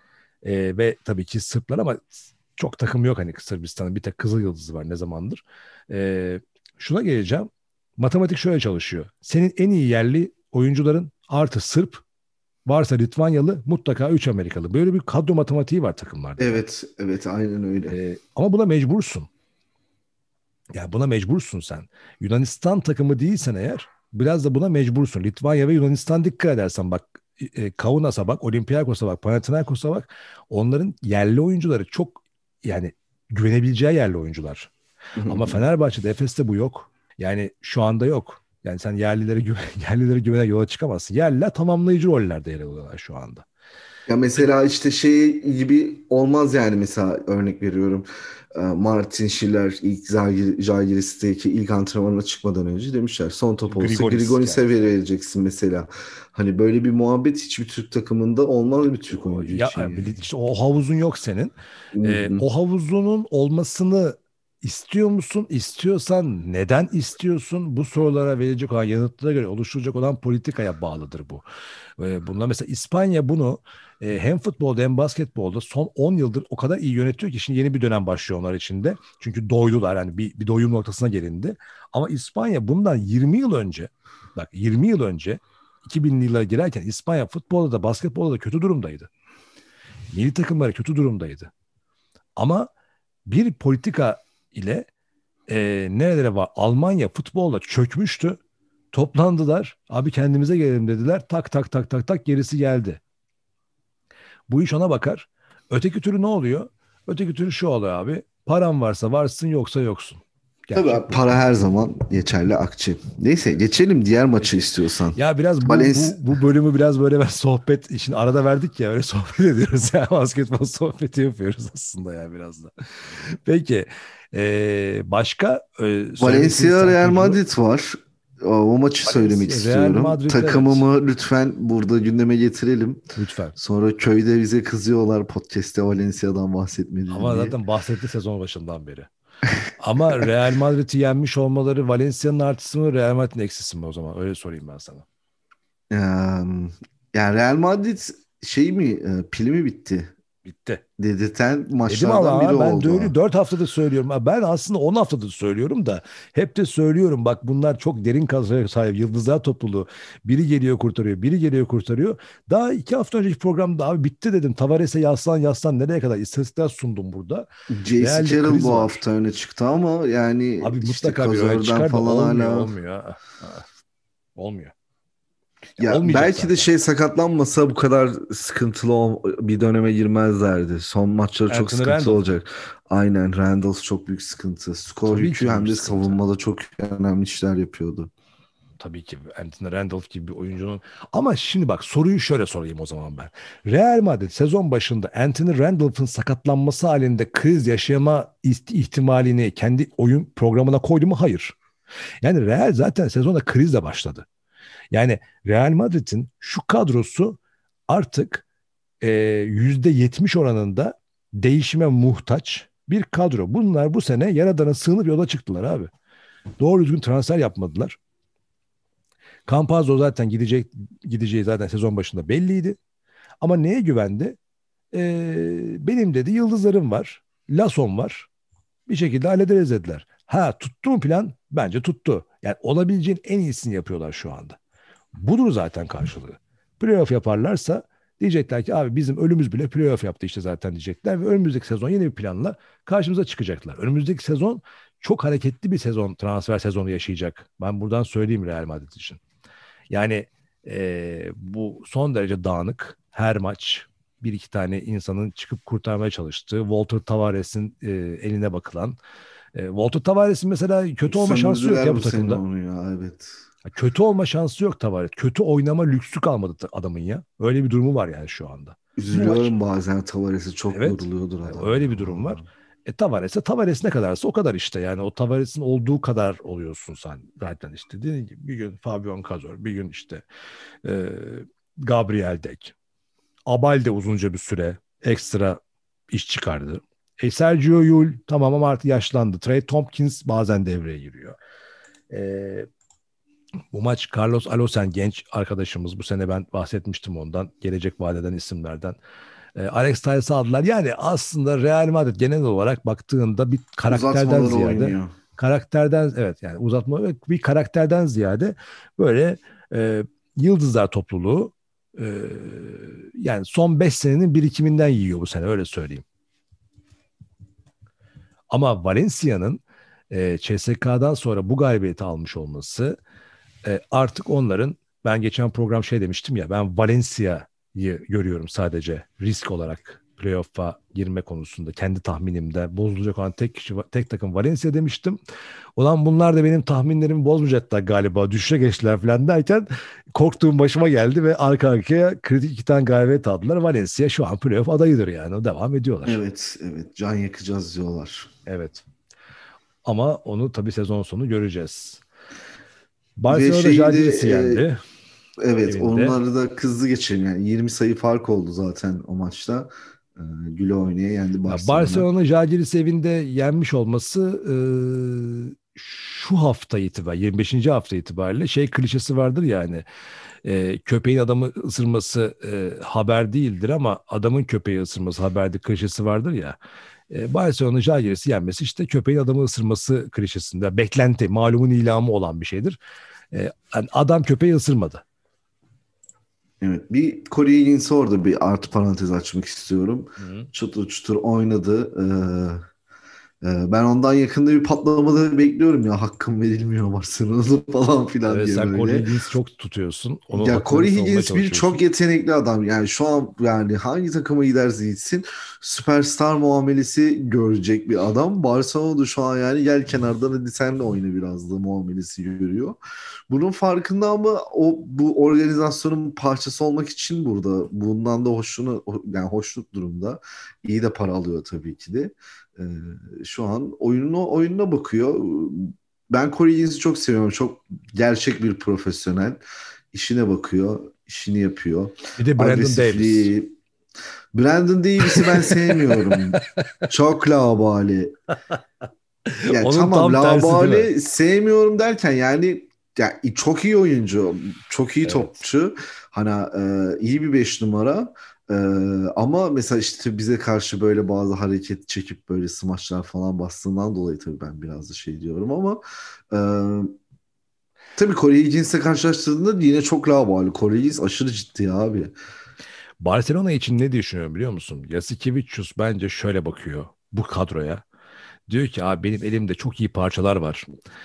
Ee, ve tabii ki Sırplar ama çok takım yok hani Sırbistan'ın bir tek Kızıl Yıldızı var ne zamandır. Ee, şuna geleceğim. Matematik şöyle çalışıyor. Senin en iyi yerli oyuncuların artı Sırp varsa Litvanyalı mutlaka üç Amerikalı. Böyle bir kadro matematiği var takımlarda da. Evet, evet aynen öyle. Ee, ama buna mecbursun. Yani buna mecbursun sen. Yunanistan takımı değilsen eğer biraz da buna mecbursun. Litvanya ve Yunanistan dikkat edersen bak e, Kaunas'a bak, Olympiakos'a bak, Panathinaikos'a bak. Onların yerli oyuncuları çok yani güvenebileceği yerli oyuncular. Ama Fenerbahçe'de, Efes'te bu yok. Yani şu anda yok. Yani sen yerlilere güven, yerlilere güvene yola çıkamazsın. Yerliler tamamlayıcı rollerde yer alıyorlar şu anda. Ya mesela işte şey gibi olmaz yani, mesela örnek veriyorum. Ee, Martin Schiller ilk Zalgir- Žalgiris'teki ilk antrenmanına çıkmadan önce demişler son top olsa Grigonis Grigonis'e yani. vereceksin mesela. Hani böyle bir muhabbet hiçbir Türk takımında olmaz bir Türk O- oyuncu Ya için yani. işte o havuzun yok senin. Hı Ee, hı. o havuzunun olmasını istiyor musun? İstiyorsan neden istiyorsun? Bu sorulara verecek olan yanıtlara göre oluşturacak olan politikaya bağlıdır bu. Ee, bunlar mesela İspanya bunu e, hem futbolda hem basketbolda son on yıldır o kadar iyi yönetiyor ki şimdi yeni bir dönem başlıyor onlar için de. Çünkü doydular yani bir, bir doyum noktasına gelindi. Ama İspanya bundan yirmi yıl önce bak yirmi yıl önce iki binli yıllara girerken İspanya futbolda da basketbolda da kötü durumdaydı. Milli takımları kötü durumdaydı. Ama bir politika ile e, nerelere var? Almanya futbolda çökmüştü. Toplandılar. Abi kendimize gelelim dediler. Tak tak tak tak tak gerisi geldi. Bu iş ona bakar. Öteki türlü ne oluyor? Öteki türlü şu oluyor abi. Paran varsa varsın yoksa yoksun. Tabii Gerçek bu. para her zaman geçerli akçe. Neyse geçelim diğer maçı istiyorsan. Ya biraz bu Valencia. bu bu bölümü biraz böyle ben sohbet işin arada verdik ya öyle sohbet ediyoruz ya basketbol sohbeti yapıyoruz aslında ya biraz da. Peki ee, başka e, söylemek istediğiniz Valencia Real senaryo Madrid var. O, o maçı söylemek Valencia, Real istiyorum. Madrid evet Takımımı lütfen burada gündeme getirelim. lütfen. Sonra köyde bize kızıyorlar podcast'te Valencia'dan bahsetmedin Ama diye. zaten bahsetti sezon başından beri. Ama Real Madrid'i yenmiş olmaları Valencia'nın artısı mı Real Madrid'in eksisi mi o zaman? Öyle sorayım ben sana. Ee, yani Real Madrid şey mi, e, pili mi bitti Bitti. dedirten Dedim maçlardan biri ama ben oldu. dört dört haftadır söylüyorum. Ben aslında on haftadır söylüyorum da hep de söylüyorum. Bak bunlar çok derin kadroya sahip yıldızlar topluluğu. Biri geliyor kurtarıyor, biri geliyor kurtarıyor. Daha iki hafta önceki programda abi bitti dedim. Tavares'e yaslan yaslan nereye kadar istatistikler sundum burada. J C Real'de Carroll kriz bu var. hafta öne çıktı ama yani Abi işte mutlaka bir öne Kazor'dan çıkar da falan olmuyor, hala. olmuyor. Ah, ah. Olmuyor. Ya Ya olmayacak belki de zaten. şey sakatlanmasa bu kadar sıkıntılı ol- bir döneme girmezlerdi. Son maçları çok Anthony sıkıntılı Randolph. olacak. Aynen, Randolph çok büyük sıkıntı. Skor Tabii yükü ki hem büyük de sıkıntı. savunmada çok önemli işler yapıyordu. Tabii ki Anthony Randolph gibi bir oyuncunun. Ama şimdi bak soruyu şöyle sorayım o zaman ben. Real Madrid sezon başında Anthony Randolph'ın sakatlanması halinde kriz yaşama iht- ihtimalini kendi oyun programına koydu mu? Hayır. Yani Real zaten sezonda krizle başladı. Yani Real Madrid'in şu kadrosu artık e, yüzde yetmiş oranında değişime muhtaç bir kadro. Bunlar bu sene Yaradan'a sığınıp yola çıktılar abi. Doğru düzgün transfer yapmadılar. Campazzo zaten gidecek gideceği zaten sezon başında belliydi. Ama neye güvendi? Ee, benim dedi yıldızlarım var. Lason var. Bir şekilde hallederiz dediler. Ha tuttu mu plan? Bence tuttu. Yani olabileceğin en iyisini yapıyorlar şu anda. Budur zaten karşılığı. Playoff yaparlarsa diyecekler ki abi bizim ölümüz bile playoff yaptı işte zaten diyecekler. Ve önümüzdeki sezon yeni bir planla karşımıza çıkacaklar. Önümüzdeki sezon çok hareketli bir sezon, transfer sezonu yaşayacak. Ben buradan söyleyeyim Real Madrid için. Yani e, bu son derece dağınık. Her maç bir iki tane insanın çıkıp kurtarmaya çalıştığı, Walter Tavares'in e, eline bakılan. E, Walter Tavares'in mesela kötü olma şansı yok Sömürdüler ya bu bu sene takımda. onu ya, evet. Kötü olma şansı yok Tavares. Kötü oynama lüksü kalmadı adamın ya. Öyle bir durumu var yani şu anda. Bu maç. Üzülüyorum bazen, Tavares'e çok Evet. yoruluyordur adam Öyle ya. bir durum var. E Tavares'e Tavares ne kadarsa o kadar işte. Yani o Tavares'in olduğu kadar oluyorsun sen. Zaten işte dediğin gibi bir gün Fabian Cazor, bir gün işte e, Gabriel Dek. Abal de uzunca bir süre ekstra iş çıkardı. E Sergio Yul tamam ama artık yaşlandı. Trey Tompkins bazen devreye giriyor. E, Bu maç Carlos Alocen genç arkadaşımız. Bu sene ben bahsetmiştim ondan. Gelecek vadeden isimlerden. E, Alex Tyles'ı aldılar. Yani aslında Real Madrid genel olarak baktığında bir karakterden Uzatmaları ziyade oynuyor. karakterden evet yani uzatma bir karakterden ziyade böyle e, yıldızlar topluluğu e, yani son beş senenin birikiminden yiyor bu sene öyle söyleyeyim. Ama Valencia'nın e, C S K A'dan sonra bu galibiyeti almış olması e, artık onların, ben geçen program şey demiştim ya, ben Valencia'yı görüyorum sadece risk olarak playoff'a girme konusunda, kendi tahminimde bozulacak olan tek kişi, tek takım Valencia demiştim. Ulan bunlar da benim tahminlerimi bozmayacaklar galiba, düşüşe geçtiler falan derken korktuğum başıma geldi ve arka arkaya kritik iki tane galibiyet aldılar. Valencia şu an playoff adayıdır yani, o devam ediyorlar. Evet, evet, can yakacağız diyorlar. Evet. Ama onu tabii sezon sonu göreceğiz. Ve Barcelona'da şeyi de Žalgiris'i e, yendi evet, evinde. onları da hızlı geçelim yani yirmi sayı fark oldu zaten o maçta. E, güle oynaya yendi Ya Barcelona. Barcelona Žalgiris'i evinde yenmiş olması e, şu hafta itibariyle, yirmi beşinci hafta itibariyle şey klişesi vardır yani. E, köpeğin adamı ısırması e, haber değildir ama adamın köpeği ısırması haberdir klişesi vardır ya. E, Barcelona Žalgiris'i yenmesi işte köpeğin adamı ısırması klişesinde, beklenti, malumun ilamı olan bir şeydir. E, yani adam köpeği ısırmadı. Evet, bir Corey Higgins'e orada bir artı parantez açmak istiyorum. Hı. Çatır çutur oynadı. Ee, e, ben ondan yakında bir patlamaları bekliyorum ya, hakkım verilmiyor Barcelona'da falan filan Evet, diye sen Corey böyle. Higgins'i çok tutuyorsun. Onun Ya haklarını Corey savunmaya Higgins bir çalışıyorsun. çok yetenekli adam. Yani şu an yani hangi takıma giderse gitsin süperstar muamelesi görecek bir adam. Barcelona'da şu an yani gel kenardan hadi sen de oyna biraz da muamelesi görüyor. Bunun farkında ama o bu organizasyonun parçası olmak için burada. Bundan da hoşunu yani hoşnut durumda. İyi de para alıyor tabii ki de. Ee, şu an oyununa oyununa bakıyor. Ben Corey Higgins'i çok seviyorum. Çok gerçek bir profesyonel. İşine bakıyor, işini yapıyor. Bir de Brandon Davis. Agresifliği. Brandon Davis'i ben sevmiyorum. Çok laubali. Yani Onun tamam, tam tersi değil mi? laubali sevmiyorum derken yani ya çok iyi oyuncu, çok iyi Evet. topçu. Hani e, iyi bir beş numara. E, ama mesela işte bize karşı böyle bazı hareket çekip böyle smaçlar falan bastığından dolayı tabii ben biraz da şey diyorum ama e, tabii Corey Higgins'le karşılaştırdığında yine çok laubali. Corey Higgins aşırı ciddi abi. Barcelona için ne düşünüyorum biliyor musun? Jasikevicius bence şöyle bakıyor bu kadroya. Diyor ki abi benim elimde çok iyi parçalar var.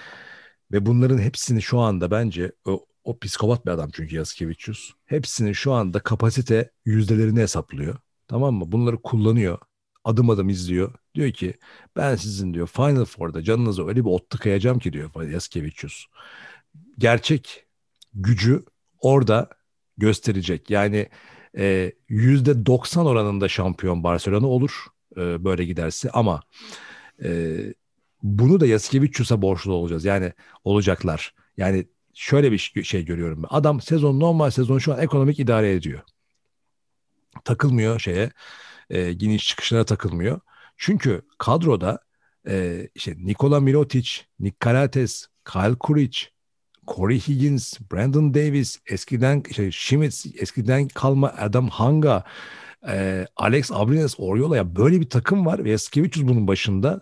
Ve bunların hepsini şu anda bence o, o psikopat bir adam çünkü Jasikevicius. Hepsinin şu anda kapasite yüzdelerini hesaplıyor. Tamam mı? Bunları kullanıyor. Adım adım izliyor. Diyor ki ben sizin diyor Final Four'da canınızı öyle bir ot tıkayacağım ki diyor Jasikevicius. Gerçek gücü orada gösterecek. Yani e, yüzde doksan oranında şampiyon Barcelona olur e, böyle giderse ama e, bunu da Yasikevicius'a borçlu olacağız. Yani olacaklar. Yani şöyle bir şey görüyorum ben. Adam sezon normal sezon şu an ekonomik idare ediyor. Takılmıyor şeye. E, giriş çıkışlara takılmıyor. Çünkü kadroda e, işte Nikola Mirotic, Nick Karates, Kyle Kuric, Corey Higgins, Brandon Davis, eskiden şey, Schmitz, eskiden kalma Adam Hanga, e, Alex Abrines, Oriola, ya böyle bir takım var ve Yasikevicius bunun başında.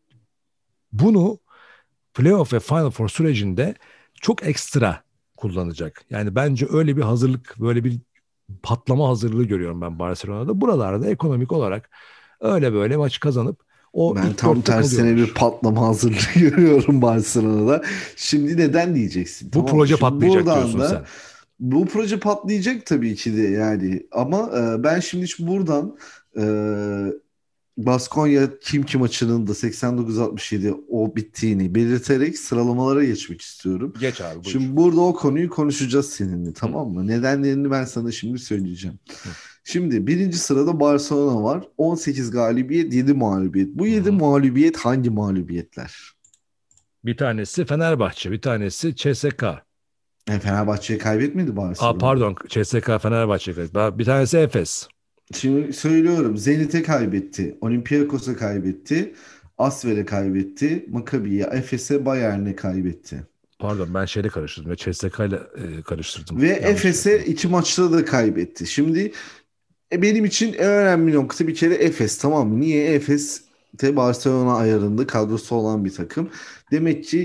Bunu playoff ve Final Four sürecinde çok ekstra kullanacak. Yani bence öyle bir hazırlık, böyle bir patlama hazırlığı görüyorum ben Barcelona'da. Buralarda ekonomik olarak öyle böyle maç kazanıp o Ben ilk tam dörtte tersine bir kalıyorlar. patlama hazırlığı görüyorum Barcelona'da. Şimdi neden diyeceksin? Bu Tamam mı? proje Şimdi patlayacak buradan diyorsun da sen. bu proje patlayacak tabii ki de yani. Ama e, ben şimdi şu buradan e, Baskonya Kimki maçının da seksen dokuz altmış yedi o bittiğini belirterek sıralamalara geçmek istiyorum. Geç abi buyur. Şimdi burada o konuyu konuşacağız seninle, Hı, tamam mı? Nedenlerini ben sana şimdi söyleyeceğim. hı, Şimdi birinci sırada Barcelona var. on sekiz galibiyet, yedi mağlubiyet. Bu hı, yedi hı. mağlubiyet hangi mağlubiyetler? Bir tanesi Fenerbahçe, bir tanesi C S K. Yani Fenerbahçe'ye kaybetmedi Aa, Barcelona. pardon, C S K Fenerbahçe. Bir tanesi Efes. Şimdi söylüyorum. Zenit'e kaybetti. Olympiakos'a kaybetti. Asvel'e kaybetti. Maccabi'ye, Efes'e, Bayern'e kaybetti. Pardon, ben şeyle karıştırdım ve C S K ile e, karıştırdım. Ve Yanlış Efes'e yaptım. iki maçta da kaybetti. Şimdi e, benim için en önemli nokta bir kere Efes, tamam mı? Niye? Efes de Barcelona ayarında kadrosu olan bir takım. Demek ki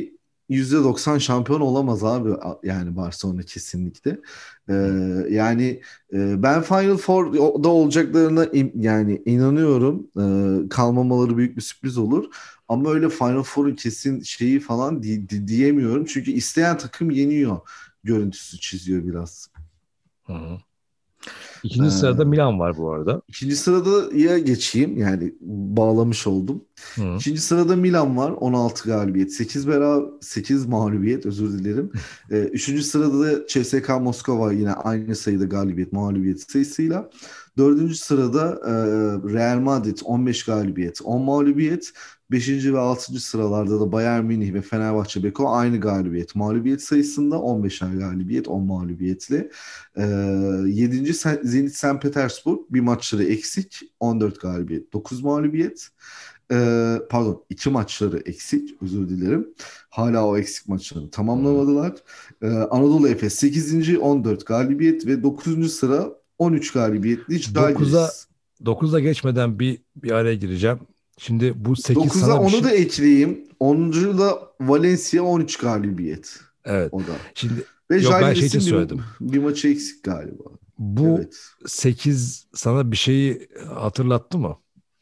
yüzde doksan şampiyon olamaz abi. Yani Barcelona kesinlikle. Ee, yani e, ben Final Four'da olacaklarına in- yani inanıyorum. Ee, kalmamaları büyük bir sürpriz olur. Ama öyle Final Four'un kesin şeyi falan di- di- diyemiyorum. Çünkü isteyen takım yeniyor görüntüsü çiziyor biraz. Hı hı. İkinci sırada Ee, Milan var bu arada. İkinci sırada ya geçeyim yani bağlamış oldum. Hı. İkinci sırada Milan var on altı galibiyet, sekiz beraber sekiz mağlubiyet özür dilerim. Ee, üçüncü sırada da C S K Moskova yine aynı sayıda galibiyet mağlubiyet sayısıyla. Dördüncü sırada e, Real Madrid on beş galibiyet on mağlubiyet. Beşinci ve altıncı sıralarda da Bayern Münih ve Fenerbahçe Beko aynı galibiyet mağlubiyet sayısında on beşer galibiyet on mağlubiyetle. Ee, yedinci Zenit Saint Petersburg bir maçları eksik on dört galibiyet dokuz mağlubiyet. Ee, pardon iki maçları eksik özür dilerim. Hala o eksik maçlarını Hı. tamamlamadılar. Ee, Anadolu Efes sekizinci on dört galibiyet ve dokuzuncu sıra on üç galibiyetli Dokuza Žalgiris. dokuza geçmeden bir bir araya gireceğim. Şimdi bu sekiz dokuza sana bir onu da şey. ekleyeyim. onuncu da Valencia on üç galibiyet. Evet. O da. Şimdi Ve yok, ben şey için Žalgiris'in bir, söyledim. bir maçı eksik galiba. Bu Evet. sekiz sana bir şeyi hatırlattı mı?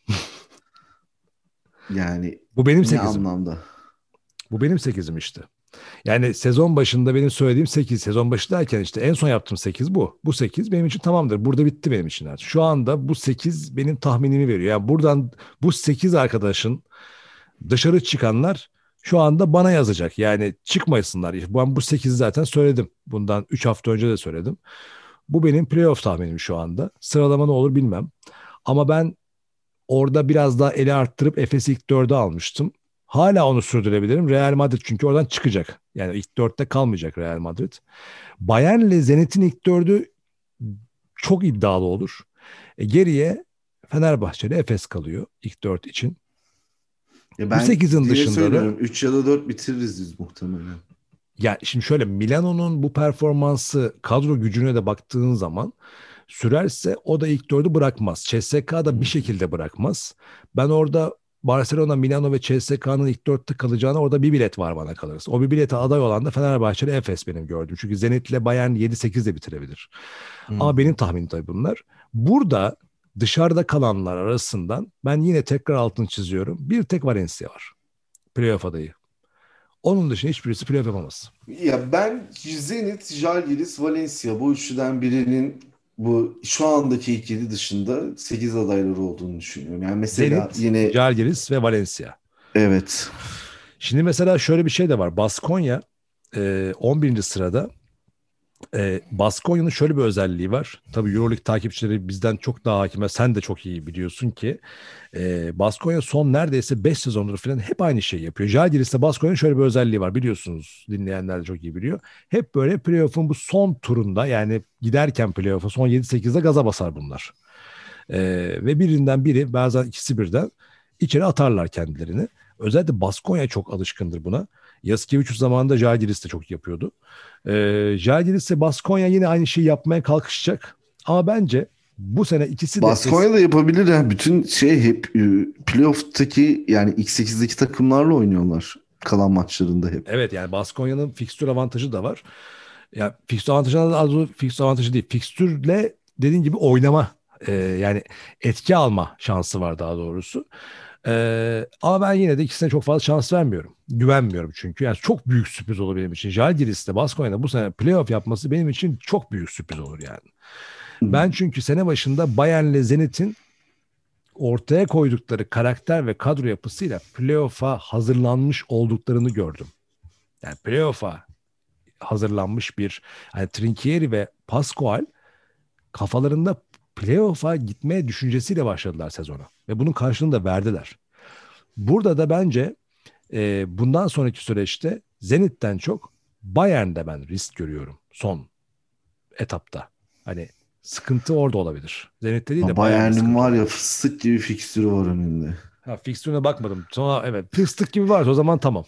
Yani Bu benim ne sekizim. anlamda? Bu benim sekizim işte. Yani sezon başında benim söylediğim sekiz. Sezon başı derken işte en son yaptığım sekiz bu. Bu sekiz benim için tamamdır. Burada bitti benim için artık. Şu anda bu sekiz benim tahminimi veriyor. Yani buradan bu sekiz arkadaşın dışarı çıkanlar şu anda bana yazacak. Yani çıkmayasınlar. Ben bu sekizi zaten söyledim. Bundan üç hafta önce de söyledim. Bu benim playoff tahminim şu anda. Sıralama ne olur bilmem. Ama ben orada biraz daha eli arttırıp Efes'i ilk dörde almıştım. Hala onu sürdürebilirim. Real Madrid çünkü oradan çıkacak. Yani ilk dörtte kalmayacak Real Madrid. Bayern'le Zenit'in ilk dördü çok iddialı olur. E, geriye Fenerbahçe'de Efes kalıyor ilk dört için. Ya Bu ben sekizin yine dışında da söylüyorum üç ya da dört bitiririz biz muhtemelen. ya şimdi şöyle Milano'nun bu performansı kadro gücüne de baktığın zaman sürerse o da ilk dördü bırakmaz. C S K da bir şekilde bırakmaz. Ben orada Barcelona, Milano ve C S K'nın ilk dörtte kalacağına orada bir bilet var bana kalırsa. O bir bilete aday olan da Fenerbahçe ile Efes benim gördüğüm. Çünkü Zenit'le Bayern yedi sekiz de bitirebilir. Ama benim tahminim tabii bunlar. Burada dışarıda kalanlar arasından ben yine tekrar altını çiziyorum. Bir tek Valencia var. Playoff adayı. Onun dışında hiçbirisi playoff yapamaz. Ya ben Zenit, Žalgiris, Valencia bu üçlüden birinin bu şu andaki ilk yedi dışında sekiz adayları olduğunu düşünüyorum. Yani mesela Zenit, yine Žalgiris ve Valencia. evet. Şimdi mesela şöyle bir şey de var. Baskonya e, on birinci sırada. E, Baskonya'nın şöyle bir özelliği var. Tabii EuroLeague takipçileri bizden çok daha hakim. Sen de çok iyi biliyorsun ki. E, Baskonya son neredeyse beş sezondur falan hep aynı şeyi yapıyor. Žalgiris'te Baskonya'nın şöyle bir özelliği var. Biliyorsunuz, dinleyenler de çok iyi biliyor. Hep böyle playoff'un bu son turunda, yani giderken playoff'a son yedi sekizde gaza basar bunlar. E, ve birinden biri, bazen ikisi birden içeri atarlar kendilerini. Özellikle Baskonya çok alışkındır buna. Yasikevicius zamanında Žalgiris de çok yapıyordu. Ee, Žalgiris ve Baskonya yine aynı şeyi yapmaya kalkışacak. Ama bence bu sene ikisi de es- Baskonya da yapabilir ya. Bütün şey hep e, playoff'taki yani ilk sekizdeki takımlarla oynuyorlar. Kalan maçlarında hep. evet, yani Baskonya'nın fikstür avantajı da var. Ya fikstür avantajı da az fikstür avantajı değil. Fikstürle dediğin gibi oynama, e, yani etki alma şansı var daha doğrusu. Ee, ama ben yine de ikisine çok fazla şans vermiyorum. Güvenmiyorum çünkü. Yani çok büyük sürpriz olur benim için. Žalgiris'te Baskonya'da bu sene playoff yapması benim için çok büyük sürpriz olur yani. Ben çünkü sene başında Bayern'le Zenit'in ortaya koydukları karakter ve kadro yapısıyla playoff'a hazırlanmış olduklarını gördüm. Yani playoff'a hazırlanmış bir, yani Trinchieri ve Pascual kafalarında playoff'a gitmeye düşüncesiyle başladılar sezona. Ve bunun karşılığını da verdiler. Burada da bence e, bundan sonraki süreçte Zenit'ten çok Bayern'de ben risk görüyorum son etapta. Hani sıkıntı orada olabilir. Zenit'te değil Ha, de Bayern'de Bayern'in sıkıntı var ya olabilir. fıstık gibi fikstürü var önünde. Ha, fikstürüne bakmadım. Sonra evet, fıstık gibi varsa o zaman tamam.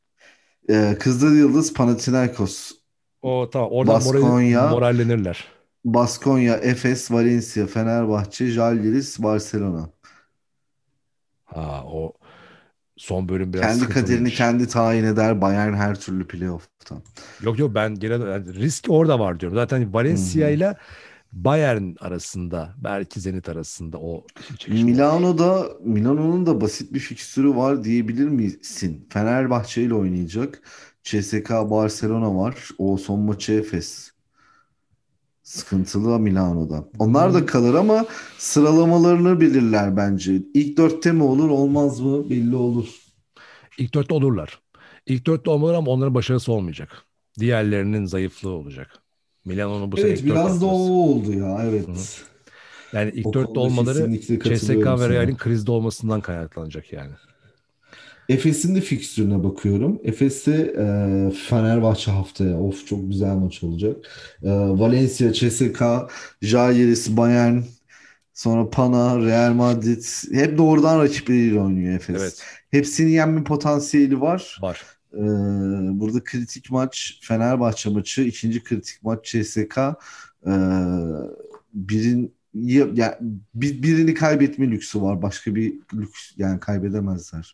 Ee, Kızıl Yıldız Panathinaikos, O tamam, oradan moral, Baskonya, morallenirler. Baskonya, Efes, Valencia, Fenerbahçe, Žalgiris, Barcelona. Ha, o son bölüm biraz Kendi kaderini sıkıntılıymış. kendi tayin eder. Bayern her türlü playoff'tan. Yok yok, ben genel yani risk orada var diyorum. Zaten Hı Valencia hı. ile Bayern arasında, belki Zenit arasında o çekişme olur. Milano'da Milano'nun da basit bir fikstürü var diyebilir misin? Fenerbahçe ile oynayacak. C S K A Barcelona var. O son maçı Efes. Sıkıntılı Milano'da. Onlar da Hmm. kalır ama sıralamalarını belirler bence. İlk dörtte mi olur olmaz mı belli olur. İlk dörtte olurlar. İlk dörtte olmalı ama onların başarısı olmayacak. Diğerlerinin zayıflığı olacak. Milano'nun bu sene Evet ilk dört biraz da o yapması. oldu ya Hı hı. evet. Yani ilk O dörtte konuda olmaları kesinlikle katılıyorum C S K A ve sana. Real'in krizde olmasından kaynaklanacak yani. Efes'in de fikstürüne bakıyorum. Efes'te e, Fenerbahçe haftaya. Of çok güzel maç olacak. E, Valencia, C S K A, Žalgiris, Bayern, sonra Pana, Real Madrid. Hep doğrudan rakipleriyle oynuyor Efes. Evet, Hepsinin yenme potansiyeli var. var. E, burada kritik maç Fenerbahçe maçı. İkinci kritik maç C S K A. E, birin ya, ya- bir- birini kaybetme lüksü var. Başka bir lüks yani kaybedemezler.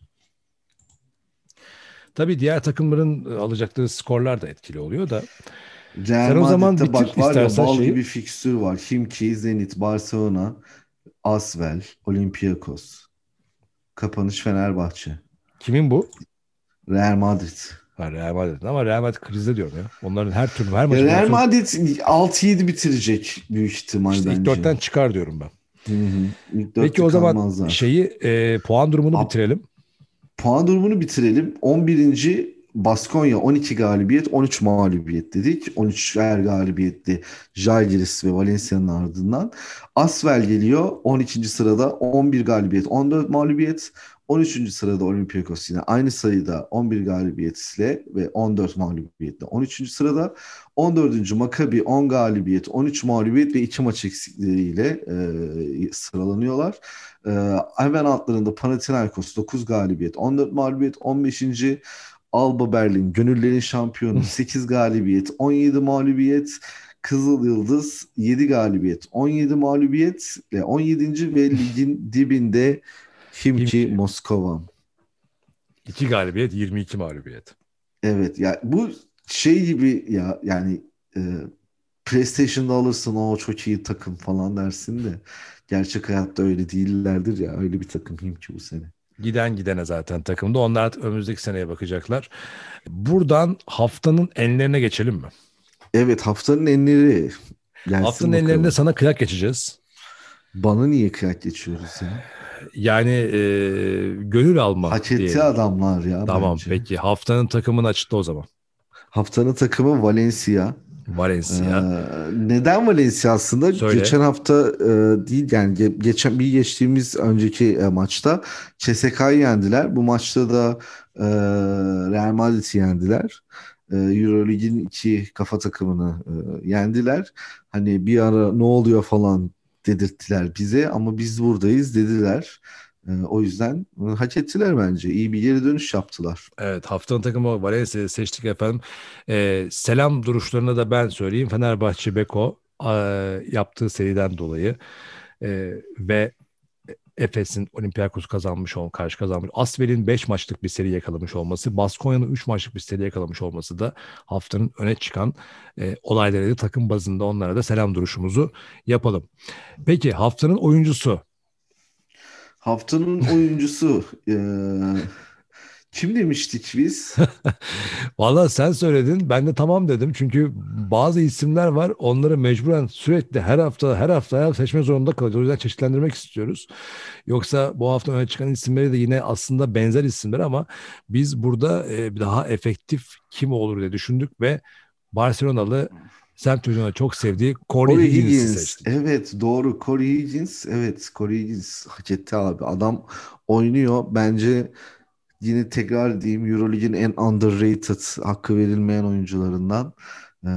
Tabii diğer takımların e, alacakları skorlar da etkili oluyor da. Real Sen o zaman Madrid'de bitir bak var ya istersen bal şeyi. gibi fikstür var. Khimki, Zenit, Barcelona, Asvel, Olympiakos. Kapanış Fenerbahçe. Kimin bu? Real Madrid. Ha, Real Madrid. Ama Real Madrid krizde diyorum ya. Onların her türlü her Ya maçı Real olsun Madrid altı yedi bitirecek büyük ihtimal işte ilk bence. dörtten çıkar diyorum ben. Hı hı. İlk Peki dörtte o zaman kalmazlar. şeyi e, puan durumunu Ab- bitirelim. Puan durumunu bitirelim. on birinci. Baskonya on iki galibiyet, on üç mağlubiyet dedik. on üçer galibiyetti Žalgiris ve Valencia'nın ardından. Asvel geliyor on ikinci sırada on bir galibiyet, on dört mağlubiyet. on üçüncü sırada Olympiakos yine aynı sayıda on bir galibiyetle ve on dört mağlubiyetle on üçüncü sırada. on dördüncü Maccabi on galibiyet, on üç mağlubiyet ve iki maç eksikleriyle e, sıralanıyorlar. E, hemen altlarında Panathinaikos dokuz galibiyet, on dört mağlubiyet, on beşinci Alba Berlin gönüllerin şampiyonu sekiz galibiyet, on yedi mağlubiyet. Kızıl Yıldız yedi galibiyet, on yedi mağlubiyet ve on yedinci ve ligin dibinde Khimki Kimki. Moskova. iki galibiyet, yirmi iki mağlubiyet. Evet ya bu şey gibi ya yani e, PlayStation'da alırsın o çok iyi takım falan dersin de gerçek hayatta öyle değillerdir ya öyle bir takım Khimki bu sene. Giden gidene zaten takımda. Onlar artık önümüzdeki seneye bakacaklar. Buradan haftanın enlerine geçelim mi? Evet haftanın enleri Haftanın gelsin enlerinde bakalım. sana kıyak geçeceğiz. Bana niye kıyak geçiyoruz ya? Yani e, gönül alma Hak etti diyelim. adamlar ya Tamam bence. peki. Haftanın takımını açıkla o zaman. Haftanın takımı Valencia. Ee, Valencia. neden Valencia aslında? Söyle. Geçen hafta e, değil yani ge- geçen bir geçtiğimiz önceki e, maçta C S K A'yı yendiler. Bu maçta da e, Real Madrid'i yendiler. E, Eurolig'in iki kafa takımını e, yendiler. Hani bir ara ne oluyor falan dedirttiler bize ama biz buradayız dediler. E, o yüzden e, hak ettiler bence. İyi bir geri dönüş yaptılar. Evet, haftanın takımı Valencia'yı seçtik efendim. Ee, selam duruşlarına da ben söyleyeyim. Fenerbahçe Beko e, yaptığı seriden dolayı e, ve Efes'in Olympiakos kazanmış ol, karşı kazanmış. Asvel'in beş maçlık bir seri yakalamış olması, Baskonya'nın üç maçlık bir seri yakalamış olması da haftanın öne çıkan e, olaylarıydı. Takım bazında onlara da selam duruşumuzu yapalım. Peki haftanın oyuncusu. Haftanın oyuncusu e, kim demiştik biz? Vallahi sen söyledin, ben de tamam dedim. Çünkü bazı isimler var, onları mecburen sürekli her hafta her hafta her hafta seçme zorunda kalıyoruz. O yüzden çeşitlendirmek istiyoruz. Yoksa bu hafta öne çıkan isimleri de yine aslında benzer isimler ama biz burada e, daha efektif kim olur diye düşündük ve Barcelonalı Sam Tuğcan'ın çok sevdiği Corey Corey Higgins'i Higgins. seçtik. Evet doğru. Corey Higgins. Evet Corey Higgins hak etti abi. Adam oynuyor. Bence yine tekrar edeyim Euroleague'in en underrated hakkı verilmeyen oyuncularından. Ee,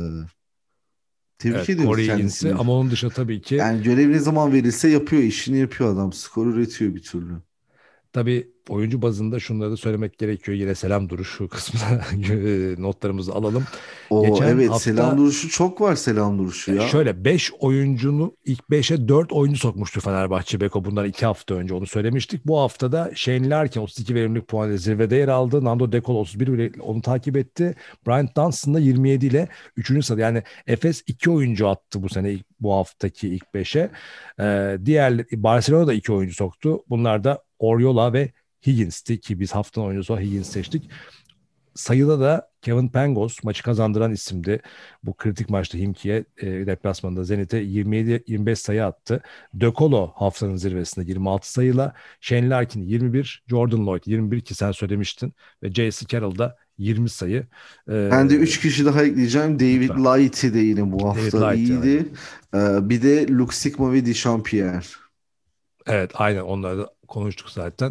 tebrik Evet, ediyoruz Corey Higgins'i kendisini. ama onun dışında tabii ki Yani görev ne zaman verilse yapıyor. İşini yapıyor adam. Skor üretiyor bir türlü. Tabii oyuncu bazında şunları da söylemek gerekiyor. Yine selam duruşu kısmına notlarımızı alalım. O Geçen evet, selam hafta duruşu çok var, selam duruşu ya ya. şöyle beş oyuncunu ilk beşe dört oyuncu sokmuştu Fenerbahçe Beko. Bundan iki hafta önce onu söylemiştik. Bu haftada Shane Larkin otuz iki verimlilik puanıyla zirvede yer aldı. Nando De Colo otuz bir ile onu takip etti. Bryant Dunston da yirmi yedi ile üçüncü sırada. Yani Efes iki oyuncu attı bu sene ilk, bu haftaki ilk beşe. Ee, diğer Barcelona da iki oyuncu soktu. Bunlar da Oriola ve Higgins'ti ki biz haftanın oyuncusu Higgins seçtik. Sayıda da Kevin Pangos maçı kazandıran isimdi. Bu kritik maçta Himki'ye e, deplasmanda Zenit'e yirmi yedi yirmi beş sayı attı. De Colo haftanın zirvesinde yirmi altı sayıyla. Shane Larkin yirmi bir, Jordan Lloyd yirmi bir ki sen söylemiştin ve J C Carroll da yirmi sayı. Ee, Ben de üç kişi daha ekleyeceğim. David lütfen. Lighty de yine bu David hafta Lighty, aynen. iyiydi. Ee, bir de Luke Sigma ve Dechampierre. Evet, aynen onları da konuştuk zaten.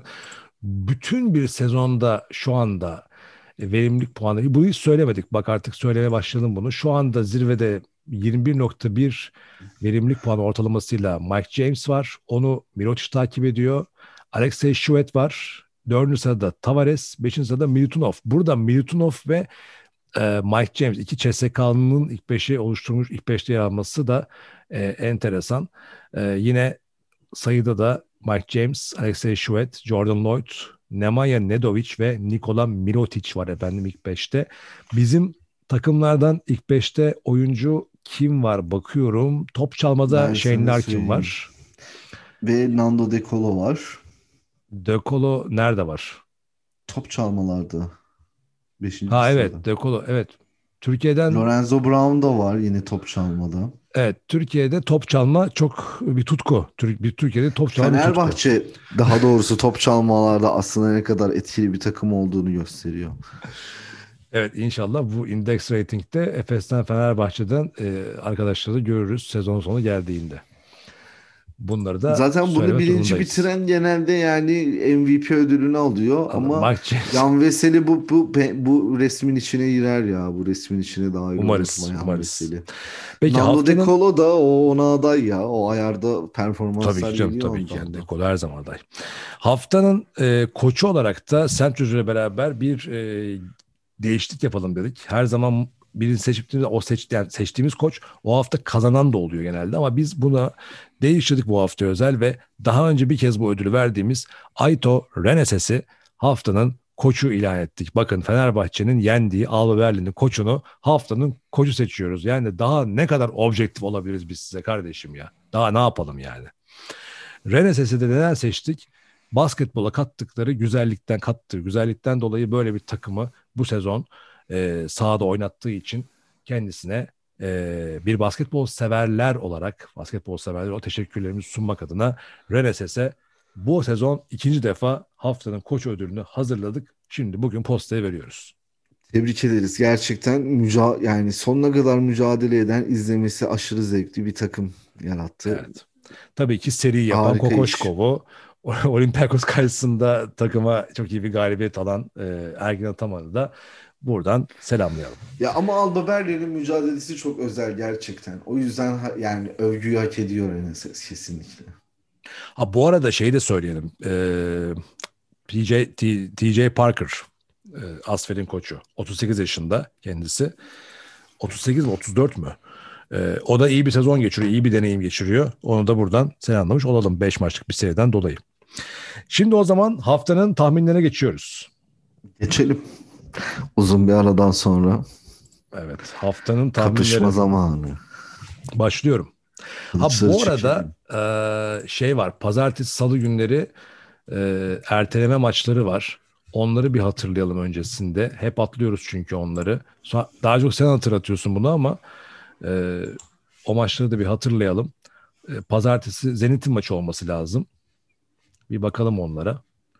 Bütün bir sezonda şu anda e, verimlilik puanı. Bu hiç söylemedik. Bak artık söylemeye başladım bunu. Şu anda zirvede yirmi bir nokta bir verimlilik puanı ortalamasıyla Mike James var. Onu Mirotic takip ediyor. Alexey Shved var. Dördüncü sırada Tavares. Beşinci sırada Milutinov. Burada Milutinov ve e, Mike James iki C S K'nın ilk beşi oluşturmuş, ilk beşte yer alması da e, enteresan. E, yine sayıda da Mike James, Alexey Shved, Jordan Lloyd, Nemanja Nedovic ve Nikola Mirotic var efendim ilk beşte. Bizim takımlardan ilk beşte oyuncu kim var bakıyorum. Top çalmada Ben Shane sana Larkin söyleyeyim. var. Ve Nando De Colo var. De Colo nerede var? Top çalmalarda. Beşinci Ha sırada. evet, De Colo evet. Türkiye'den Lorenzo Brown da var yine top çalmada. evet, Türkiye'de top çalma çok bir tutku. Tür- bir Türkiye'de top çalma bir tutku. Fenerbahçe daha doğrusu top çalmalarda aslında ne kadar etkili bir takım olduğunu gösteriyor. Evet, inşallah bu index rating'de Efes'ten Fenerbahçe'den e, arkadaşları görürüz sezon sonu geldiğinde. Bunları da Zaten bunu söylemek birinci durumundayız. bitiren genelde yani M V P ödülünü alıyor Ama ama Mike James, Yan Veseli bu, bu bu resmin içine girer ya. Bu resmin içine dahil umarız, olur Yan umarız. Veseli. Peki Nando De haftanın Colo da o ona aday ya. O ayarda tabii performanslar ki canım, geliyor tabii ki ondan yani da. De Colo her zaman aday. Haftanın e, koçu olarak da Semtüz ile beraber bir e, değişiklik yapalım dedik. Her zaman birini seçtiğimiz o seç, yani seçtiğimiz koç o hafta kazanan da oluyor genelde ama biz buna değiştirdik bu hafta özel ve daha önce bir kez bu ödülü verdiğimiz Aito Reneses'i haftanın koçu ilan ettik. Bakın Fenerbahçe'nin yendiği Alba Berlin'in koçunu haftanın koçu seçiyoruz. Yani daha ne kadar objektif olabiliriz biz size kardeşim ya. Daha ne yapalım yani. Reneses'i de neden seçtik? Basketbola kattıkları güzellikten kattığı güzellikten dolayı böyle bir takımı bu sezon e, sahada oynattığı için kendisine e, bir basketbol severler olarak basketbol severler o teşekkürlerimizi sunmak adına Reneses'e bu sezon ikinci defa haftanın koç ödülünü hazırladık. Şimdi bugün postaya veriyoruz. Tebrik ederiz. Gerçekten müca yani sonuna kadar mücadele eden, izlemesi aşırı zevkli bir takım yarattı. Evet. Tabii ki seri yapan Harika iş. Kokoşkov'u Olympiakos karşısında takıma çok iyi bir galibiyet alan e, Ergin Ataman'ı da buradan selamlayalım. Ya ama Alba Berlin'in mücadelesi çok özel gerçekten. O yüzden ha- yani övgüyü hak ediyor Enes kesinlikle. Ha bu arada şeyi de söyleyelim. Ee, T J T- TJ Parker, e, Asfer'in koçu. otuz sekiz yaşında kendisi. otuz sekiz mi otuz dört mü? Ee, o da iyi bir sezon geçiriyor, iyi bir deneyim geçiriyor. Onu da buradan selamlamış olalım beş maçlık bir seriden dolayı. Şimdi o zaman haftanın tahminlerine geçiyoruz. Geçelim. Uzun bir aradan sonra Evet, haftanın kapışma tahminleri zamanı. başlıyorum. Ha Kılıçları bu arada çekelim. e, şey var, pazartesi salı günleri e, erteleme maçları var. Onları bir hatırlayalım öncesinde. Hep atlıyoruz çünkü onları. Sonra- Daha çok sen hatırlatıyorsun bunu ama e, o maçları da bir hatırlayalım. E, pazartesi Zenit'in maçı olması lazım. Bir bakalım onlara.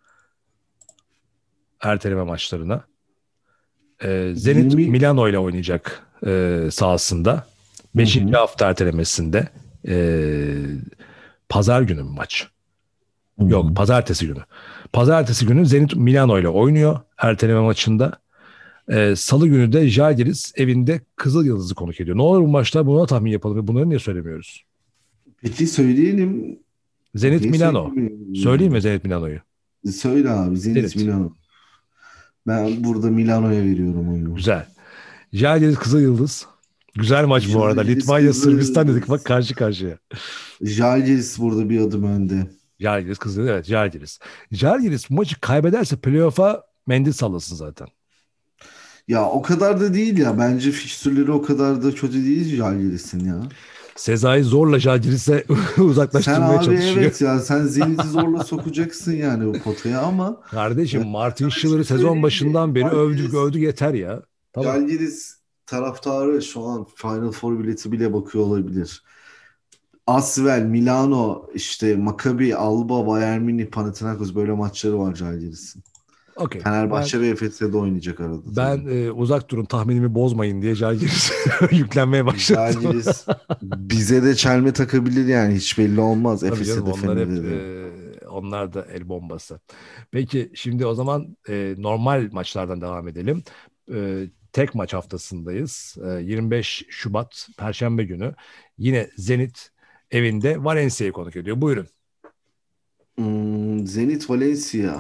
Erteleme maçlarına. E, Zenit yirmi Milano ile oynayacak e, sahasında. Beşinci Hı hı. hafta ertelemesinde. E, Pazar günü mü maç? Hı Yok, hı. pazartesi günü. Pazartesi günü Zenit Milano ile oynuyor erteleme maçında. Ee, Salı günü de Žalgiris evinde Kızıl Yıldız'ı konuk ediyor. Ne olur bu maçta buna tahmin yapalım. Bunları niye söylemiyoruz? Peki söyleyelim. Zenit Niye Milano. söylemiyoruz Söyleyeyim mi yani? Zenit Milano'yu? Söyle abi. Zenit Zenit. Milano. Ben burada Milano'ya veriyorum oyunu. Güzel. Žalgiris Kızıl Yıldız. Güzel maç bu arada. Žalgiris Litvanya Kızıl Sırbistan dedik, bak Yıldız. karşı karşıya. Žalgiris burada bir adım önde. Žalgiris Kızıl Yıldız, evet Žalgiris. Žalgiris bu maçı kaybederse playoff'a mendil sallasın zaten. Ya o kadar da değil ya. Bence fikstürleri o kadar da kötü değil Žalgiris'in ya. Sezai zorla Žalgiris'e Sen uzaklaştırmaya abi çalışıyor. evet ya sen Zenit'i zorla sokacaksın yani bu potaya ama Kardeşim, e, Martin sana bir şey Schiller'ı sezon söyleyeyim mi? başından beri övdük Žalgiris, övdük yeter ya. Tamam. Žalgiris taraftarı şu an Final Four bileti bile bakıyor olabilir. Asvel, Milano, işte Maccabi, Alba, Bayern Münih, Panathinaikos böyle maçları var Žalgiris'in. Okey. Ben, Fenerbahçe ve Efes'e de oynayacak arada. ben tabii. e, uzak durun, tahminimi bozmayın diye Žalgiris'e yüklenmeye başladım. Žalgiris bize de çelme takabilir yani hiç belli olmaz. Tabii Efes'e canım, de onlar hep Fener'e de. e, onlar da el bombası. Peki şimdi o zaman e, normal maçlardan devam edelim. E, tek maç haftasındayız. E, yirmi beş Şubat Perşembe günü yine Zenit evinde Valencia'yı konuk ediyor. Buyurun. Hmm, Zenit Valencia.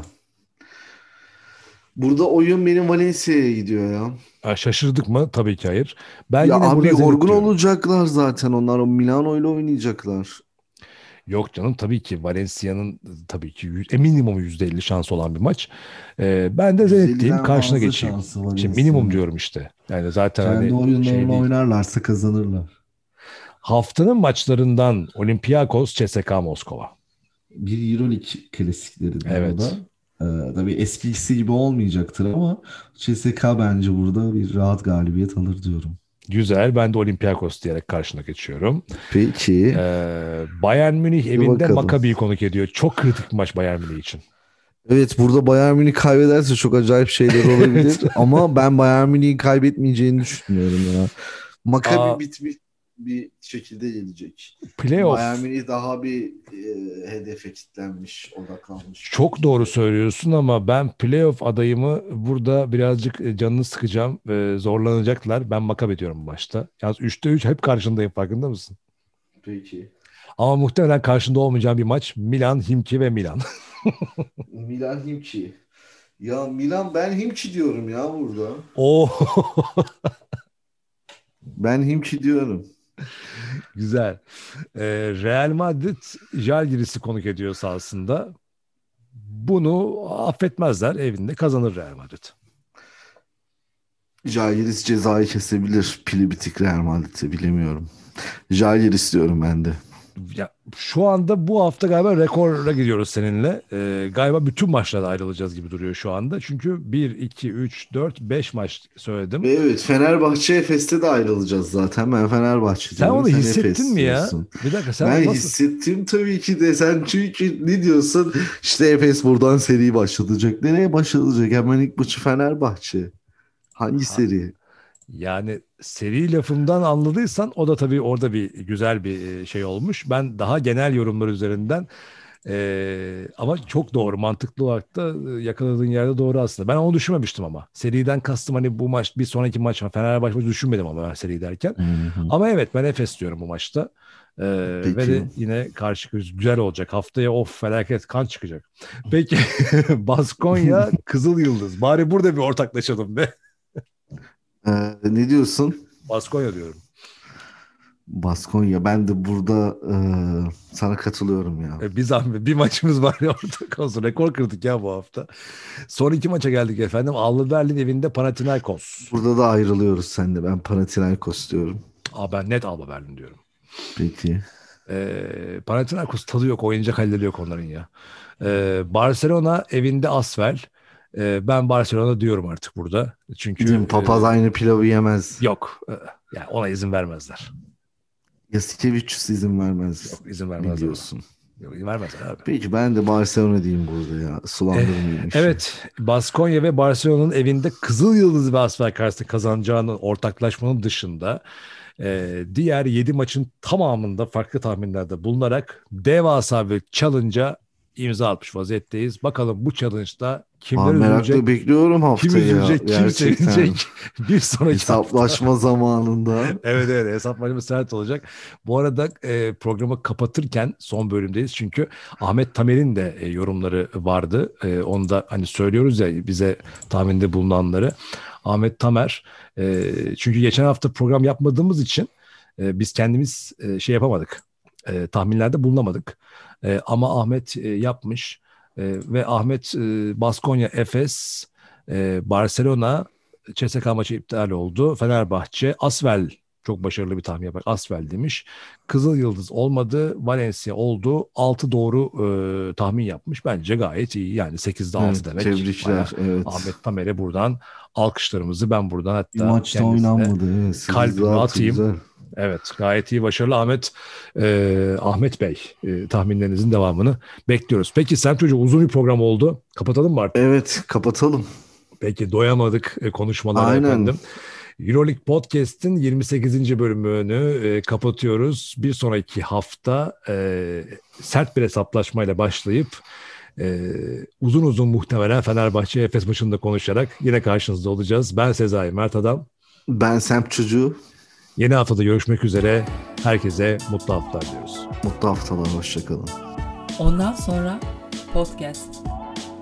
Burada oyun benim Valencia'ya gidiyor ya. Ha, şaşırdık mı? Tabii ki hayır. Ben Ya yine abi burada Zenit yorgun diyorum. olacaklar zaten onlar. O Milano ile oynayacaklar. Yok canım, tabii ki Valencia'nın tabii ki yüz, e, minimum yüzde elli şans olan bir maç. E, ben de Zenit diyeyim, yüz elliden karşına fazla geçeyim. şansı Şimdi minimum Valencia'nın. diyorum işte. Yani zaten Kendi hani şey oyunlarını değil. oynarlarsa kazanırlar. Haftanın maçlarından Olympiakos C S K A Moskova. Bir Euroleague klasiklerinden o Evet. da. Ee, tabii eskisi gibi olmayacaktır ama C S K A bence burada bir rahat galibiyet alır diyorum. Güzel. Ben de Olympiakos diyerek karşına geçiyorum. Peki. Ee, Bayern Münih evinde bakalım. Maccabi'yi konuk ediyor. Çok kritik bir maç Bayern Münih için. Evet burada Bayern Münih kaybederse çok acayip şeyler olabilir Evet. ama ben Bayern Münih'in kaybetmeyeceğini düşünüyorum ya. Maccabi Aa, bitmiş bir şekilde gelecek. playoff. Bayern Münih daha bir e, hedefe kilitlenmiş, odaklanmış. Çok doğru söylüyorsun ama ben playoff adayımı burada birazcık e, canını sıkacağım. Ee, zorlanacaklar. Ben Maccabi diyorum bu maçta. Yalnız üçte üç hep karşındayım, farkında mısın? Peki. Ama muhtemelen karşında olmayacağım bir maç. Milan, Himki ve Milan. Milan Himki. Ya Milan ben Himki diyorum ya burada. Oo. Ben Himki diyorum. Güzel. Ee, Real Madrid Žalgiris'i konuk ediyor sahasında. Bunu affetmezler. Evinde kazanır Real Madrid. Žalgiris cezayı kesebilir. Pili bitik Real Madrid'e bilemiyorum. Žalgiris diyorum ben de. Ya, şu anda bu hafta galiba rekora gidiyoruz seninle. Ee, galiba bütün maçlarda ayrılacağız gibi duruyor şu anda. Çünkü bir, iki, üç, dört, beş maç söyledim. Evet Fenerbahçe Efes'te de ayrılacağız zaten. Ben Fenerbahçe Sen diyorum. onu Sen hissettin Efes mi ya? diyorsun. Bir dakika, sen Ben nasıl? hissettim tabii ki de. Sen çünkü ne diyorsun? İşte Efes buradan seri başlatacak. Nereye başlatacak? Hemen ilk maçı Fenerbahçe. Hangi Ha, seri? yani seri lafımdan anladıysan o da tabii orada bir güzel bir şey olmuş. Ben daha genel yorumlar üzerinden Ee, ama çok doğru, mantıklı olarak da yakaladığın yerde doğru aslında. Ben onu düşünmemiştim ama. Seriden kastım hani bu maç, bir sonraki maç Fenerbahçe maçı düşünmedim ama ben seri derken. Hı-hı. Ama evet, ben Efes diyorum bu maçta. Ee, ve de yine karşı güzel olacak. Haftaya of felaket kan çıkacak. Peki Baskonya Kızıl Yıldız. Bari burada bir ortaklaşalım be. Ee, ne diyorsun? Baskonya diyorum. Baskonya. Ben de burada e, sana katılıyorum ya. E, bir zahmet bir maçımız var ya, ortak olsun. Rekor kırdık ya bu hafta. Son iki maça geldik efendim. Alba Berlin evinde Panathinaikos. Burada da ayrılıyoruz seninle. Ben Panathinaikos diyorum. Aa, ben net Alba Berlin diyorum. Peki. Ee, Panathinaikos tadı yok. Oynayacak halleri yok onların ya. Ee, Barcelona evinde Asvel. Ee, ben Barcelona diyorum artık burada. Çünkü Bizim papaz e, aynı pilavı yemez. yok. Ee, yani ona izin vermezler. Yasikevicius izin vermez. Yok, izin vermezler. Biliyorsun. Yok, izin vermezler abi. Peki ben de Barcelona diyeyim burada ya. Sulandırmayayım işi. Evet, Baskonya ve Barcelona'nın evinde Kızıl Yıldız ve Asvel karşısında kazanacağını ortaklaşmanın dışında e, diğer yedi maçın tamamında farklı tahminlerde bulunarak devasa bir challenge'a imza atmış vaziyetteyiz. Bakalım bu challenge'da kimler Aa, merakla üzülecek, bekliyorum kim haftaya. üzülecek, kim Gerçekten. sevinecek bir sonraki Hesaplaşma hafta. zamanında. Evet evet, hesaplaşma sert olacak. Bu arada e, programı kapatırken son bölümdeyiz. Çünkü Ahmet Tamer'in de e, yorumları vardı. E, onu da hani söylüyoruz ya bize tahminde bulunanları. Ahmet Tamer e, çünkü geçen hafta program yapmadığımız için e, biz kendimiz e, şey yapamadık. E, tahminlerde bulunamadık. E, ama Ahmet e, yapmış. E, ve Ahmet e, Baskonya, Efes, e, Barcelona, C S K A maçı iptal oldu. Fenerbahçe, Asvel çok başarılı bir tahmin yapar. Asvel demiş. Kızıl Yıldız olmadı. Valencia oldu. altı doğru e, tahmin yapmış. Bence gayet iyi. Yani sekizde altı Evet, demek. tebrikler. Bayağı Evet. Ahmet Tamer'e buradan alkışlarımızı ben buradan Bir hatta maçta kendisine oynanmadı. Evet, sekizde kalbimi altı atayım. güzel. Evet, gayet iyi, başarılı Ahmet. e, Ahmet Bey, e, tahminlerinizin devamını bekliyoruz. Peki Sen Çocuk, uzun bir program oldu. Kapatalım mı artık? Evet, kapatalım. Peki, doyamadık e, konuşmalara Aynen. efendim. Euroleague Podcast'in yirmi sekizinci bölümünü e, kapatıyoruz. Bir sonraki hafta e, sert bir hesaplaşmayla başlayıp e, uzun uzun muhtemelen Fenerbahçe Efes maçında konuşarak yine karşınızda olacağız. Ben Sezai Mert Adam. Ben Semt Çocuğu. Yeni haftada görüşmek üzere. Herkese mutlu haftalar diliyoruz. Mutlu haftalar, hoşçakalın. Ondan sonra podcast.